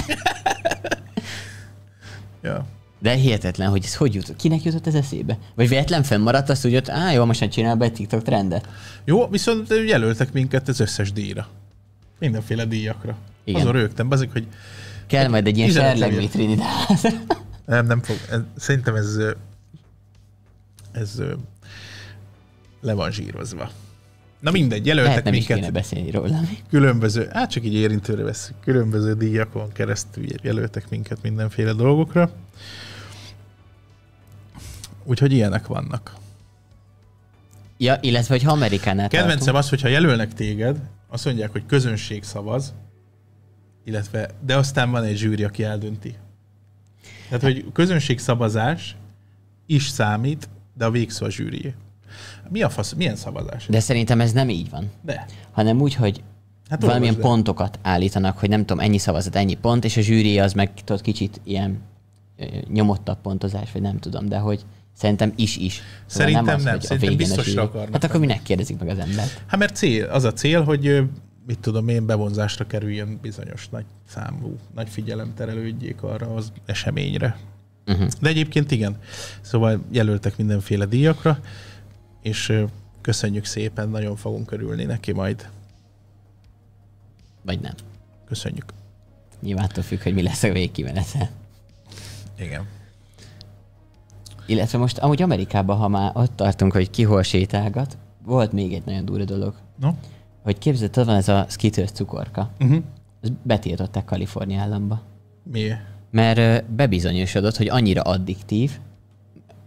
Ja. De hihetetlen, hogy ez hogy jutott. Kinek jutott ez eszébe? Vagy véletlen fennmaradt azt úgy, hogy jó, most csinál be egy TikTok trendet. Jó, viszont jelöltek minket az összes díjra. Mindenféle díjakra. Igen. Azon rögtem, bazik, hogy... Kell majd egy ilyen serlegmi Trinidad. Nem fog. Szerintem ez le van zsírozva. Na mindegy, jelöltek nem minket. Nem is kéne beszélni róla. Különböző, csak így érintőre veszünk, különböző díjakon keresztül jelöltek minket mindenféle dolgokra. Úgyhogy ilyenek vannak. Ja, illetve, hogy ha Amerikánál Kedvencem az, hogyha jelölnek téged, azt mondják, hogy közönség szavaz, de aztán van egy zsűri, aki eldönti. Tehát, hogy közönségszavazás is számít, de a végszó a zsűrié. Mi a fasz? Milyen szavazás? De szerintem ez nem így van. De. Hanem úgy, hogy valamilyen pontokat állítanak, hogy nem tudom, ennyi szavazat, ennyi pont, és a zsűri az meg tudod kicsit ilyen nyomottabb pontozás, vagy nem tudom, de hogy szerintem is. Szerintem nem. Szerintem biztosra akarnak. Hát akkor minek kérdezik meg az embert? Hát mert az a cél, hogy mit tudom én, bevonzásra kerüljön bizonyos nagy számú, nagy figyelem terelődjék arra az eseményre. De egyébként igen. Szóval jelöltek mindenféle díjakra, és köszönjük szépen, nagyon fogunk örülni neki majd. Vagy nem. Köszönjük. Nyilván attól függ, hogy mi lesz a végkimenete. Igen. Illetve most amúgy Amerikában, ha már ott tartunk, hogy ki hol sétálgat, volt még egy nagyon durva dolog. No? Hogy képzeld, ott van ez a Skittles cukorka. Ezt betiltották Kalifornia államba. Miért? Mert bebizonyosodott, hogy annyira addiktív,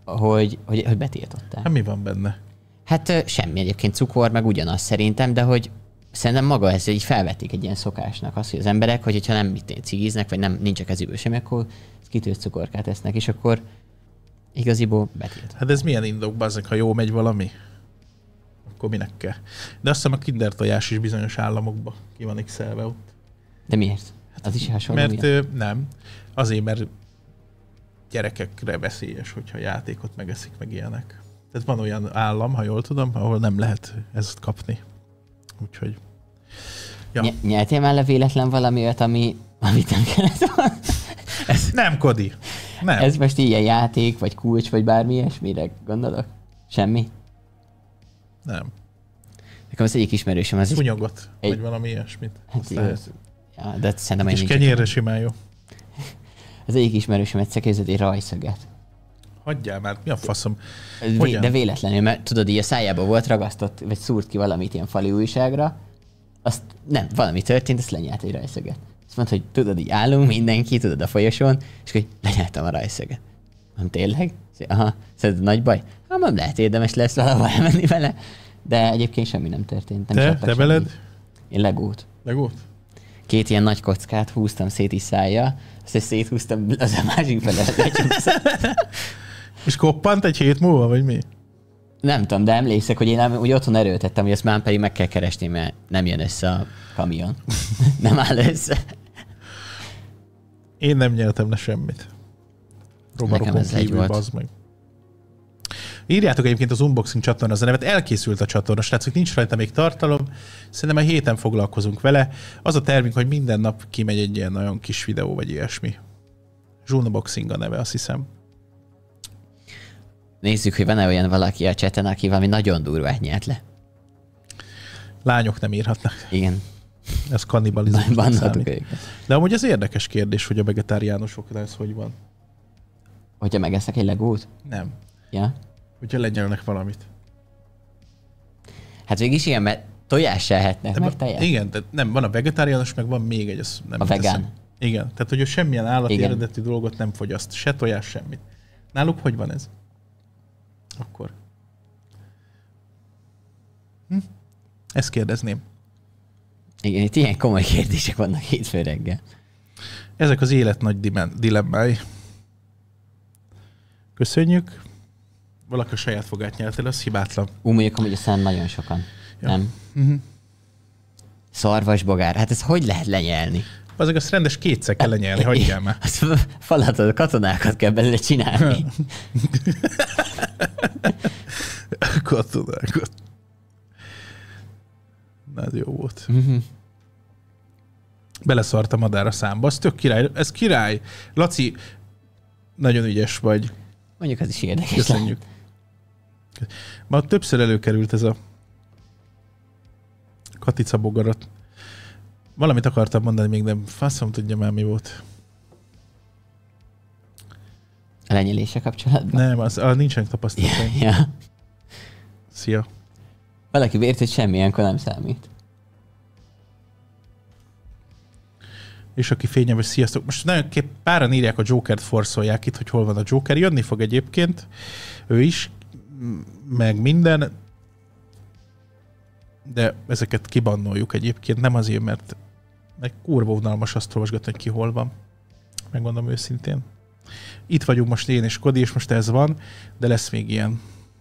hogy betiltották. Hát mi van benne? Hát semmi egyébként, cukor, meg ugyanaz szerintem, de hogy szerintem maga ez így felvették egy ilyen szokásnak azt, hogy az emberek, hogyha nem cigiznek, vagy nem nincs a kezükből semmi, akkor kitűrt cukorkát esznek, és akkor igaziból betiltották. Hát ez milyen indok, bazzeg, ha jó megy valami? Akkor minek kell? De azt hiszem a kinder tojás is bizonyos államokban ki van x-elve ott. De miért? Az is hasonló? Mert nem. Azért, mert gyerekekre veszélyes, hogyha játékot megeszik, meg ilyenek. Tehát van olyan állam, ha jól tudom, ahol nem lehet ezt kapni. Úgyhogy... Ja. Nyeltél már le véletlen valami olyat, amit nem kellett volna? Nem, Kodi. Nem. Ez most ilyen játék, vagy kulcs, vagy bármi ilyesmire gondolok? Semmi? Nem. Nekem az egyik ismerősöm az Szúnyogot, vagy valami ilyesmit. Hát ja, de szerintem és kenyérre simán jó. Az egyik ismerősöm egyszer képzett egy rajszöget. Hagyjál már, mi a faszom? De véletlenül, mert tudod, így a szájába volt ragasztott, vagy szúrt ki valamit ilyen fali újságra, azt nem, valami történt, azt lenyelt egy rajszöget. Azt mondta, hogy tudod, így állunk mindenki, tudod, a folyosón, és hogy lenyeltem a rajszöget. Nem tényleg? Aha, szerinted nagy baj? Hát nem lehet érdemes lesz valahol elmenni vele. De egyébként semmi nem történt. Nem te veled? Én legót. Legót? 2 ilyen nagy kockát húztam szét is szájjal, azt széthúztam, az a másik fele. És koppant egy hét múlva, vagy mi? Nem tudom, de emlékszek, hogy én úgy otthon erőltettem, hogy ezt már pedig meg kell keresni, mert nem jön össze a kamion. Nem áll össze. Én nem nyeltem le semmit. Rovarokon kívül, bazd meg. Írjátok egyébként az unboxing csatorna az a nevet, elkészült a csatorna, srácok, nincs rajta még tartalom, szerintem a héten foglalkozunk vele. Az a tervünk, hogy minden nap kimegy egy ilyen nagyon kis videó, vagy ilyesmi. Zsunaboxing a neve, azt hiszem. Nézzük, hogy van-e olyan valaki a chaten, aki valami nagyon durvát nyert le. Lányok nem írhatnak. Igen. Ez kannibalizmus. De amúgy ez érdekes kérdés, hogy a vegetáriánusoknál ez hogy van. Hogyha megeszek egy legót? Nem. Ja. Hogyha lenyelnek valamit. Hát végig igen, mert tojás se lehetnek, meg tejet. Igen, tehát nem, van a vegetáriánus, meg van még egy, az nem a vegán. Teszem. Igen, tehát hogy semmilyen állati eredetű dolgot nem fogyaszt, se tojás, semmit. Náluk hogy van ez? Akkor. Ezt kérdezném. Igen, itt ilyen komoly kérdések vannak hétfő reggel. Ezek az élet nagy dilemmái. Köszönjük. Valaki a saját fogát nyelt el, az hibátlan. Mondjuk amúgy aztán nagyon sokan. Ja. Nem? Szarvasbogár. Hát ez hogy lehet lenyelni? Azok azt rendes kétszer kell lenyelni, hagyjál már. Azt falatod, katonákat kell belőle csinálni. Katonákat. Na, ez jó volt. Beleszart a madár a számba. Az tök király. Ez király. Laci, nagyon ügyes vagy. Mondjuk az is érdekes. Köszönjük. Ma többször előkerült ez a Katica bogarat. Valamit akartam mondani még, de faszom tudja már mi volt. A lenyelése kapcsolatban? Nem, az nincsenek tapasztalataim. Ja. Szia. Valaki vért, hogy semmilyenkor nem számít. És aki fényelmes, sziasztok. Most nagyon páran írják, a Jokert forszolják itt, hogy hol van a Joker. Jönni fog egyébként. Ő is. Meg minden. De ezeket kibannoljuk egyébként. Nem azért, mert meg kurva unalmas azt olvasgatni, hogy ki hol van. Megmondom őszintén. Itt vagyunk most én és Kodi, és most ez van, de lesz még ilyen.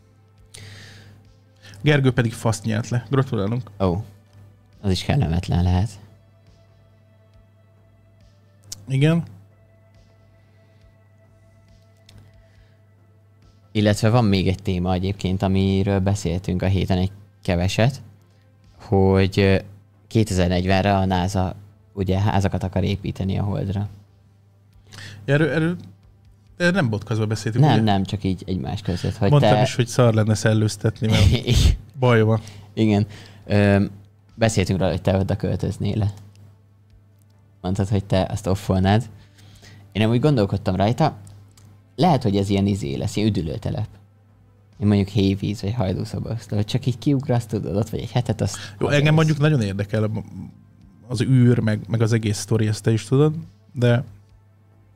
Gergő pedig faszt nyelt le. Gratulálunk. Ó, az is kellemetlen lehet. Igen. Illetve van még egy téma egyébként, amiről beszéltünk a héten egy keveset, hogy 2040-re a NASA ugye házakat akar építeni a Holdra. Erről nem botkazva beszéltünk, Nem, ugye? nem, csak így egymás között. Hogy mondtam is, hogy szar lenne szellőztetni, mert baj van. Igen. Beszéltünk rá, hogy te oda költöznél le. Mondtad, hogy te azt offolnád. Én nem úgy gondolkodtam rajta, lehet, hogy ez ilyen lesz, ilyen üdülőtelep. Én mondjuk hévíz, vagy hajdúszobosztó, hogy csak így kiugrasz, tudod, ott vagy egy hetet, azt... Jó, engem mondjuk nagyon érdekel az űr, meg az egész sztori, ezt te is tudod, de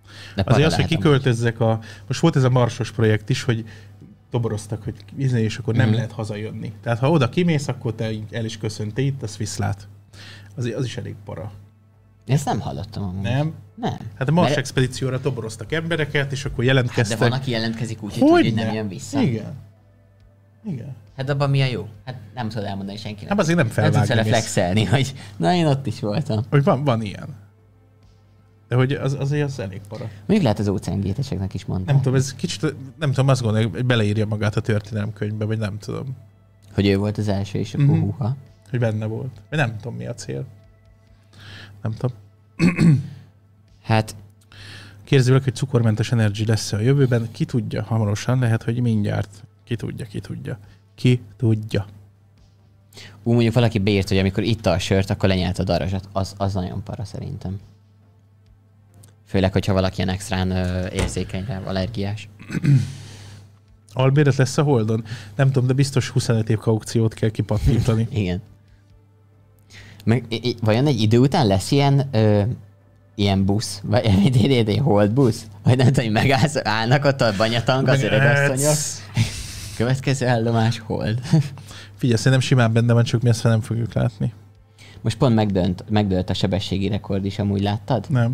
Azért az, hogy kiköltözzek most volt ez a marsos projekt is, hogy toboroztak, hogy és akkor nem lehet hazajönni. Tehát ha oda kimész, akkor te el is köszöntél itt, az viszlát. Az is elég para. Ezt nem hallottam amúgy. Nem? Nem. Hát a Mars expedícióra toboroztak embereket, és akkor jelentkeztek. Hát de van, aki jelentkezik úgy, hogy nem jön vissza. Igen. Hát abban mi a jó? Hát nem tudod elmondani senkinek. Hát azért nem felvágni. Nem tudsz reflexelni, hogy na én ott is voltam. Hogy van ilyen. De hogy azért az elég para. Még lehet az óceángéteseknek is mondta. Nem tudom, ez kicsit, nem tudom, azt gondolom, hogy beleírja magát a történelemkönyvbe, vagy nem tudom. Hogy ő volt az első, és akkor húha. Hogy benne volt. Vagy nem tudom, mi a cél. Nem tudom. Hát... Kérdezzük, hogy cukormentes energy lesz a jövőben. Ki tudja, hamarosan lehet, hogy mindjárt. Ki tudja. Mondjuk valaki beírt, hogy amikor itta a sört, akkor lenyelt a darazsat. Az nagyon para szerintem. Főleg, hogyha valaki ilyen extrán érzékeny rá, allergiás. Albéret lesz a Holdon? Nem tudom, de biztos 25 év kaukciót kell kipattintani. Igen. Meg, vajon egy idő után lesz ilyen busz? Vagy egy hold busz? Vagy nem tudom, hogy állnak ott a banyatank az öregasszonyok. Következő állomás hold. Figyelj, szerintem simán benne van, csak mi ezt fel nem fogjuk látni. Most pont megdőlt a sebességi rekord is, amúgy láttad? Nem.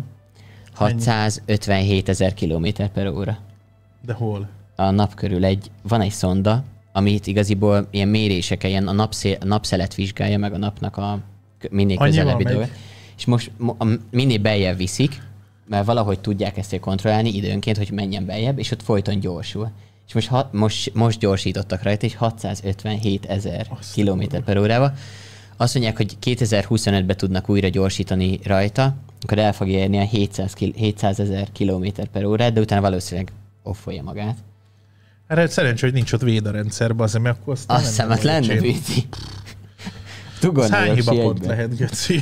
657 000 km/h. De hol? A nap körül van egy szonda, amit igaziból ilyen méréseken, ilyen a napszelet vizsgálja meg a napnak a minél közelebbi dolgot. És most minél beljebb viszik, mert valahogy tudják ezt kontrollálni időnként, hogy menjen beljebb, és ott folyton gyorsul. És most gyorsítottak rajta, és 657 000 km/h. Azt mondják, hogy 2025-ben tudnak újra gyorsítani rajta, akkor el fog érni a 700 000 km/h, de utána valószínűleg offolja magát. Erre szerencsé, hogy nincs ott védarendszer, bazd, mert akkor azt hiszem, hogy lenne bűti. Hány hiba pont lehet, Göci?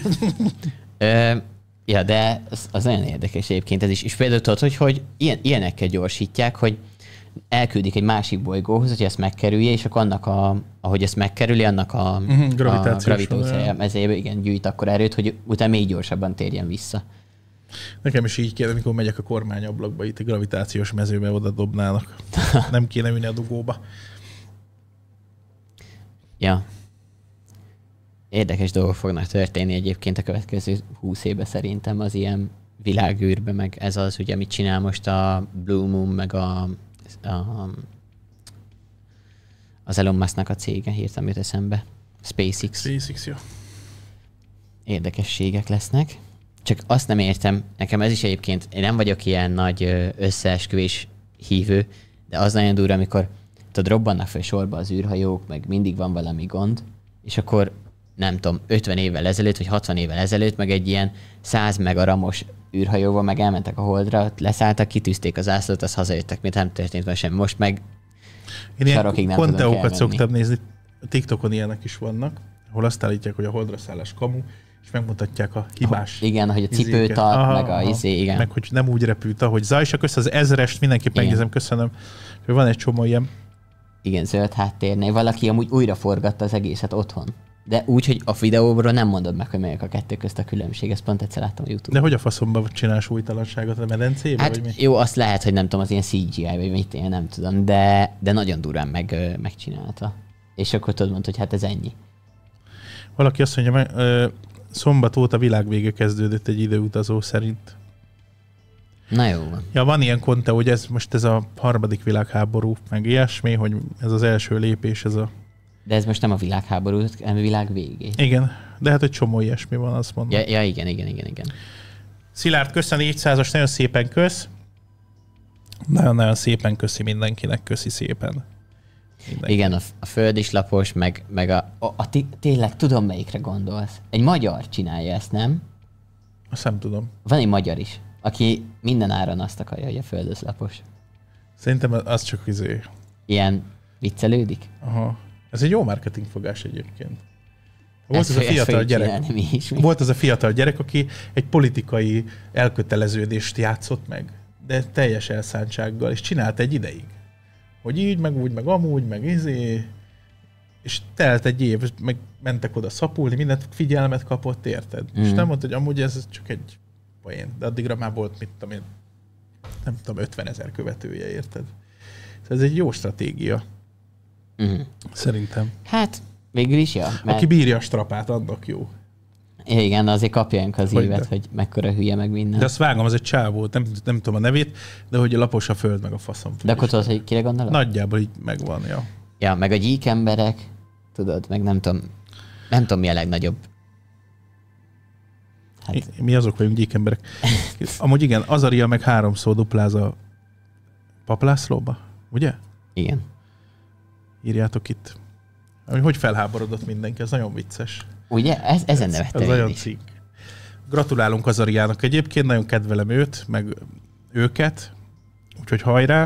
Ja, de az nagyon érdekes egyébként ez is. És például tudod, hogy ilyenekkel gyorsítják, hogy elküldik egy másik bolygóhoz, hogy ezt megkerülje, és akkor annak ahogy ezt megkerüli, annak a gravitációs mezejébe igen, gyűjt akkor erőt, hogy utána még gyorsabban térjen vissza. Nekem is így kéne, amikor megyek a kormányablakba, itt a gravitációs mezőbe oda dobnának. Nem kéne ülni a dugóba. Ja. Érdekes dolgok fognak történni egyébként a következő 20 évben szerintem az ilyen világűrben, meg ez az, ugye, amit csinál most a Blue Moon, meg az Elon Musknak a cége, hirtelen jött eszembe. SpaceX, jó. Érdekességek lesznek. Csak azt nem értem, nekem ez is egyébként, én nem vagyok ilyen nagy összeesküvés hívő, de az nagyon durva, amikor robbannak fel sorba az űrhajók, meg mindig van valami gond, és akkor nem tudom, 50 évvel ezelőtt, vagy 60 évvel ezelőtt, meg egy ilyen 100 megaramos űrhajóval meg elmentek a Holdra, ott leszálltak, kitűzték az zászlót, az hazajöttek, mint nem történt már semmi. Most meg én sarokig nem tudunk elmenni. Konteókat szoktam nézni, a TikTokon ilyenek is vannak, ahol azt állítják, hogy a Holdra szállás kamu, és megmutatják a hibás. Igen, hogy a cipőtag, meg a igen. Meg hogy nem úgy repült, ahogy zajsak össze, az 1000-est mindenképp megnézem, köszönöm, hogy van egy csomó ilyen. Igen, zöld háttérnél. Valaki amúgy újra forgatta az egészet otthon. De úgy, hogy a videóról nem mondod meg, hogy melyek a kettő közt a különbség. Ezt pont egyszer láttam a YouTube-on. De hogy a faszomba csinál súlytalanságot a medencébe? Hát vagy mi? jó, azt lehet, hogy nem tudom, az ilyen CGI, vagy mit, én nem tudom, de nagyon durán megcsinálta. És akkor tudod mondani, hogy hát ez ennyi. Valaki azt mondja, szombat óta világvége kezdődött egy időutazó szerint. Na jó van. Ja, van ilyen konte, hogy ez most ez a harmadik világháború, meg ilyesmi, hogy ez az első lépés, ez a... De ez most nem a világháború, hanem a világ végé. Igen, de hát egy csomó ilyesmi van, azt mondom. Ja, igen. Szilárd, köszön 400-as, nagyon szépen kösz. Nagyon-nagyon szépen köszi mindenkinek, köszi szépen. Igen, a föld is lapos, meg tényleg tudom, melyikre gondolsz. Egy magyar csinálja ezt, nem? Azt nem tudom. Van egy magyar is, aki minden áron azt akarja, hogy a föld az lapos. Szerintem az csak ilyen viccelődik? Aha. Ez egy jó marketingfogás egyébként. Volt az a fiatal gyerek. Volt az a fiatal gyerek, aki egy politikai elköteleződést játszott meg, de teljes elszántsággal, és csinált egy ideig. Hogy így, meg úgy, meg amúgy, meg és telt egy év, meg mentek oda szapulni, mindent figyelmet kapott, érted? És nem mondta, hogy amúgy ez csak egy poén, de addigra már volt, mit tudom én, nem tudom, 50 000 követője, érted? Ez egy jó stratégia. Szerintem. Hát, végül is, ja. Mert... Aki bírja a strapát, annak jó. Igen, azért kapjánk az évet, hogy mekkora hülye meg minden. De azt vágom, az egy csávó, nem tudom a nevét, de hogy lapos a föld meg a faszom. De akkor tudod, hogy kire gondolod? Nagyjából így megvan, ja. Ja, meg a gyík emberek, tudod, meg nem tudom mi a legnagyobb. Hát... Mi azok vagyunk gyík emberek. Amúgy igen, Azaria meg 3-szor dupláz a Paplászlóba, ugye? Igen. Írjátok itt. Hogy felháborodott mindenki, ez nagyon vicces. Ugye? Ezen nevettem ez én nagyon is. cikk. Gratulálunk Azariának egyébként, nagyon kedvelem őt, meg őket, úgyhogy hajrá.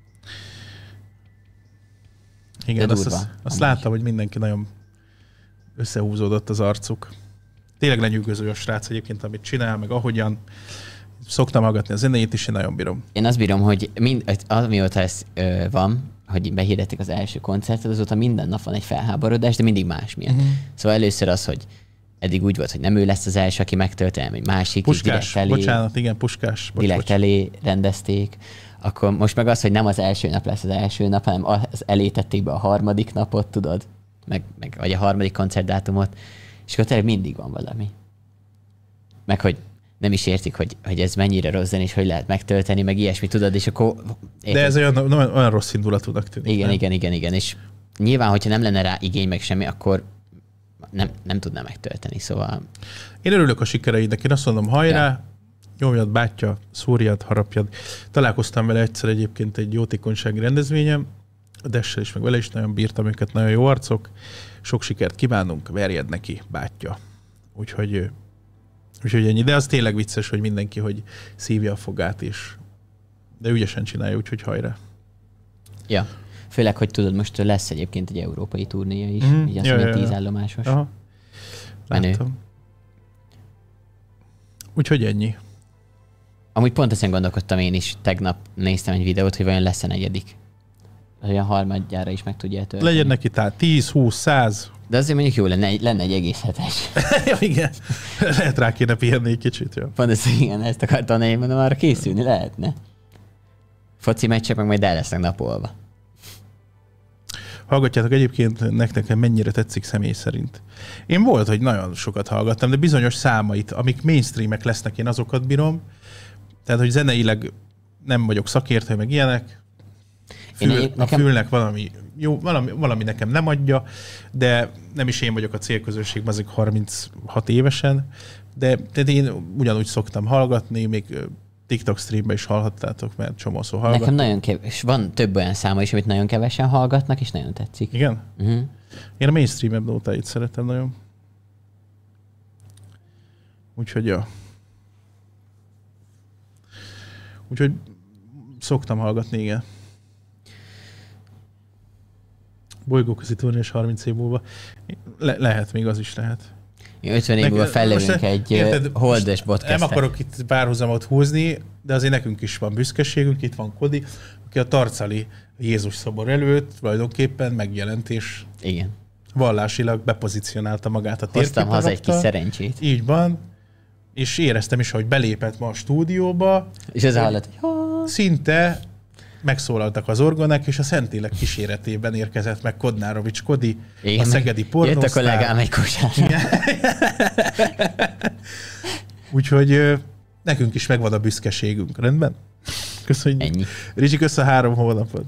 Igen, azt láttam, hogy mindenki nagyon összehúzódott az arcuk. Tényleg lenyűgöző a srác egyébként, amit csinál, meg ahogyan. Szoktam hallgatni a zenéjét is, én nagyon bírom. Én azt bírom, hogy amióta ez van, hogy behirdették az első koncertet, azóta minden nap van egy felháborodás, de mindig más miatt. Szóval először az, hogy eddig úgy volt, hogy nem ő lesz az első, aki megtölte, hanem egy másik. Puskás, bocsánat, igen, Puskás. Direkt elé rendezték. Akkor most meg az, hogy nem az első nap lesz az első nap, hanem az elé tették be a harmadik napot, tudod? Vagy a harmadik koncertdátumot. És akkor tényleg mindig van valami. Meg hogy nem is értik, hogy ez mennyire rossz zen, és hogy lehet megtölteni, meg ilyesmi, tudod, és akkor... De ez olyan rossz indulatúnak tűnik. Igen. És nyilván, hogyha nem lenne rá igény, meg semmi, akkor nem tudná megtölteni, szóval... Én örülök a sikereinek, én azt mondom, hajrá, nyomjad, bátya, szúrjad, harapjad. Találkoztam vele egyszer egyébként egy jótékonysági rendezvényen, a Dessel is, meg vele is nagyon bírtam őket, nagyon jó arcok. Sok sikert kívánunk, verjed neki, bátya. Úgyhogy ennyi. De az tényleg vicces, hogy mindenki, hogy szívja a fogát is. De ügyesen csinálja, úgyhogy hajrá. Ja. Főleg, hogy tudod, most lesz egyébként egy európai turnéja is. Így azt mondja, 10 állomásos. Aha. Menő. Láttam. Úgyhogy ennyi. Amúgy pont ezen gondolkodtam én is. Tegnap néztem egy videót, hogy vajon lesz a negyedik. Olyan harmadjára is meg tudja tölteni. Legyen neki tehát 10, 20, 100. De azért mondjuk jó lenne egy egész hetes. Ja, igen. Lehet rá kéne pihenni egy kicsit. Jó. Pont ezt akartam én mondom, arra készülni lehetne. Foci meccsek meg majd el lesznek napolva. Hallgatjátok egyébként nektek mennyire tetszik személy szerint. Én volt, hogy nagyon sokat hallgattam, de bizonyos számait, amik mainstreamek lesznek, én azokat bírom. Tehát, hogy zeneileg nem vagyok szakértő, meg ilyenek. A fülnek valami jó, valami nekem nem adja, de nem is én vagyok a célközönségben, azok 36 évesen, de én ugyanúgy szoktam hallgatni, még TikTok streamben is hallhattátok, mert csomószor hallgatom. Nekem nagyon kevés, van több olyan száma is, amit nagyon kevesen hallgatnak, és nagyon tetszik. Igen? Én a mainstream-ebb nótáit szeretem nagyon. Úgyhogy ja. Úgyhogy szoktam hallgatni, igen. Bolygóközi turnés 30 év múlva. Lehet, még az is lehet. 50 év múlva fellövünk egy holdes podcastet. Nem akarok itt párhuzamot húzni, de azért nekünk is van büszkeségünk. Itt van Kodi, aki a tarcali Jézus szobor előtt tulajdonképpen megjelent, és igen. Vallásilag bepozícionálta magát a térképen. Hoztam haza egy kis szerencsét. Így van. És éreztem is, hogy belépett ma a stúdióba. És ez hallat, szinte megszólaltak az orgonák, és a Szentlélek kíséretében érkezett meg Kodnárovics Kodi, igen, a szegedi pornósztár. Jött a kollégám egy kosárra. Úgyhogy nekünk is megvan a büszkeségünk. Rendben? Köszönjük. Ennyi. Rizsi, kösz a 3 hónapot.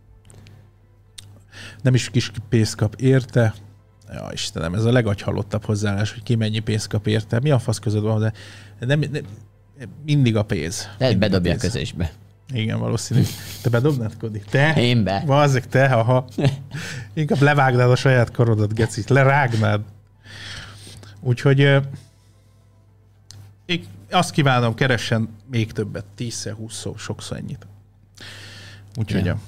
Nem is kis pénzt kap érte. Ja, Istenem, ez a legagyhalottabb hozzáállás, hogy ki mennyi pénzt kap érte. Mi a fasz között van hozzá? Nem, mindig a pénz. Lehet bedobja a közösbe. Igen, valószínű. Te bedobnád, Kodi? Te? Én be. Vazzeg, te, aha. Inkább levágnád a saját karodat, geci. Lerágnád. Úgyhogy én azt kívánom, keressen még többet. 10-szer, 20-szor, sokszor ennyit. Úgyhogy ja.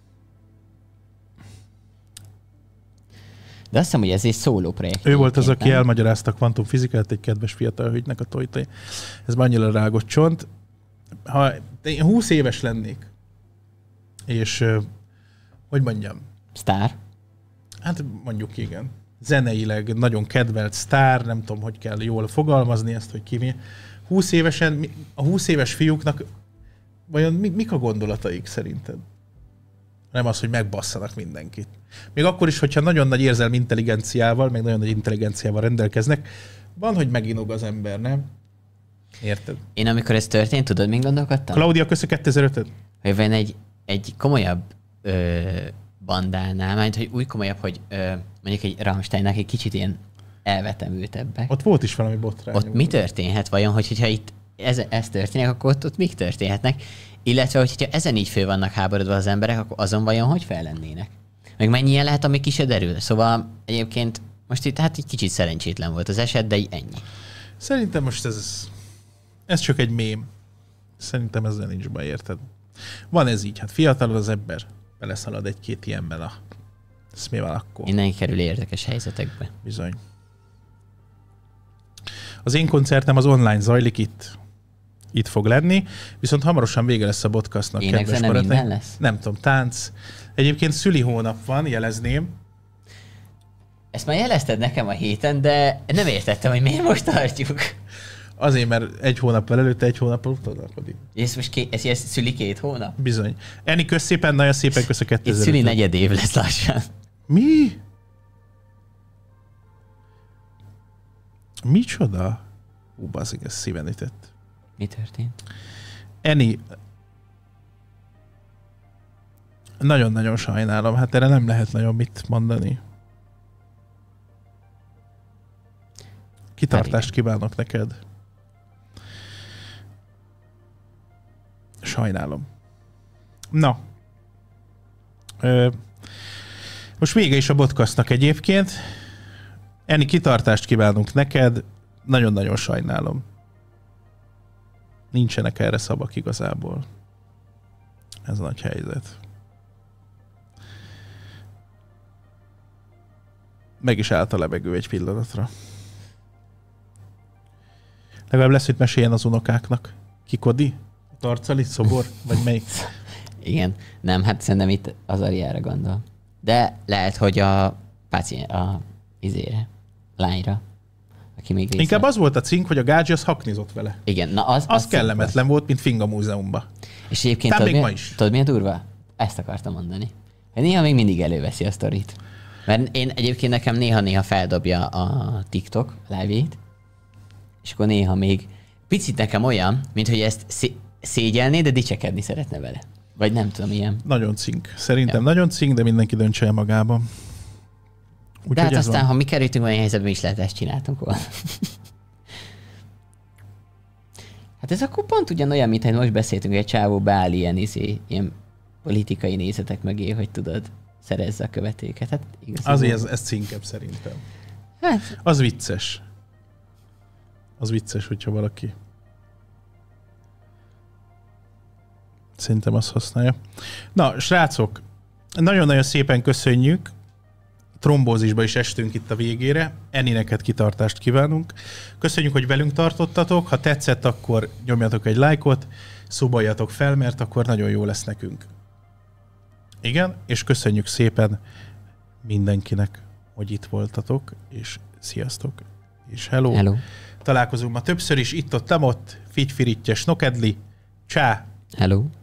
De azt hiszem, hogy ez egy szóló projekt. Ő volt az, aki elmagyarázta a kvantumfizikát egy kedves fiatal hölgynek a tojtai. Ez már annyira rágott csont. Ha én 20 éves lennék, és hogy mondjam? Sztár? Hát mondjuk igen. Zeneileg nagyon kedvelt sztár, nem tudom, hogy kell jól fogalmazni ezt, hogy ki mi. 20 évesen, a 20 éves fiúknak vajon mik a gondolataik szerinted? Nem az, hogy megbasszanak mindenkit. Még akkor is, hogyha nagyon nagy érzelmi intelligenciával, meg nagyon nagy intelligenciával rendelkeznek, van, hogy meginog az ember, nem? Érted? Én amikor ez történt, tudod, min gondolkodtam? Claudia, köszön 2005-öt? Hogy van egy komolyabb bandánál, mert hogy úgy komolyabb, hogy mondjuk egy Rammsteinnak egy kicsit ilyen elvetemültebbek. Ott volt is valami botrány. Ott mi történhet vajon, hogyha itt ez történik, akkor ott mik történhetnek? Illetve, hogyha ezen így föl vannak háborodva az emberek, akkor azon vajon hogy fel lennének? Meg mennyi ilyen lehet, ami ki se derül? Szóval egyébként most itt hát egy kicsit szerencsétlen volt az eset, de ennyi. Szerintem most ez csak egy mém. Szerintem ezzel nincs baj, érted? Van ez így, hát fiatal az ember, beleszalad egy-két ilyenben ez mi van akkor? Innen kerül érdekes helyzetekbe. Bizony. Az én koncertem az online zajlik itt fog lenni, viszont hamarosan vége lesz a podcastnak. Énekzene minden lesz? Nem tudom, tánc. Egyébként szüli hónap van, jelezném. Ezt már jelezted nekem a héten, de nem értettem, hogy miért most tartjuk. Azért, mert egy hónappal előtte, egy hónappal utána pedig. És most ez szüli 2 hónap? Bizony. Eni, kösz szépen, nagyon szépen kösz a 2005. Itt szüli 4. év lesz lassan. Mi? Micsoda? Baszik, ez szíven ütött. Mi történt? Eni, nagyon-nagyon sajnálom, hát erre nem lehet nagyon mit mondani. Kitartást kívánok neked. Sajnálom. Na. Most vége is a podcastnak egyébként. Eni, kitartást kívánunk neked. Nagyon-nagyon sajnálom. Nincsenek erre szavak igazából. Ez a nagy helyzet. Meg is állt a levegő egy pillanatra. Legalább lesz, hogy meséljen az unokáknak. Kikodi? Tarcali? Szobor? Vagy melyik? Igen. Nem, hát szerintem itt az Ariára gondol. De lehet, hogy a lányra, aki még részlet. Inkább az volt a cink, hogy a gádzsi az haknizott vele. Igen, na az kellemetlen volt, mint Finga múzeumban. És egyébként tudod, milyen durva? Ezt akartam mondani. Néha még mindig előveszi a sztorit. Mert én egyébként nekem néha feldobja a TikTok live-jét, és akkor néha még picit nekem olyan, mint hogy ezt szégyelné, de dicsekedni szeretne vele. Vagy nem tudom, ilyen. Nagyon cink. Szerintem nagyon cink, de mindenki döntse el magában. De hát aztán, ha mi kerültünk olyan helyzetben, is lehet ezt csináltunk volna. Hát ez akkor pont ugyanolyan, mint hogy most beszéltünk, hogy egy csávó beáll ilyen politikai nézetek mögé, hogy tudod, szerezze a követőket. Hát igazából... Azért ez cinkebb szerintem. Hát... Az vicces. Az vicces, hogyha valaki... Szerintem azt használja. Na, srácok, nagyon-nagyon szépen köszönjük. Trombózisba is estünk itt a végére. Eni, neked kitartást kívánunk. Köszönjük, hogy velünk tartottatok. Ha tetszett, akkor nyomjatok egy lájkot, szoboljatok fel, mert akkor nagyon jó lesz nekünk. Igen, és köszönjük szépen mindenkinek, hogy itt voltatok, és sziasztok, és hello. Hello. Találkozunk ma többször is, itt-ott, figyfirittye, snokedli. Csá! Hello.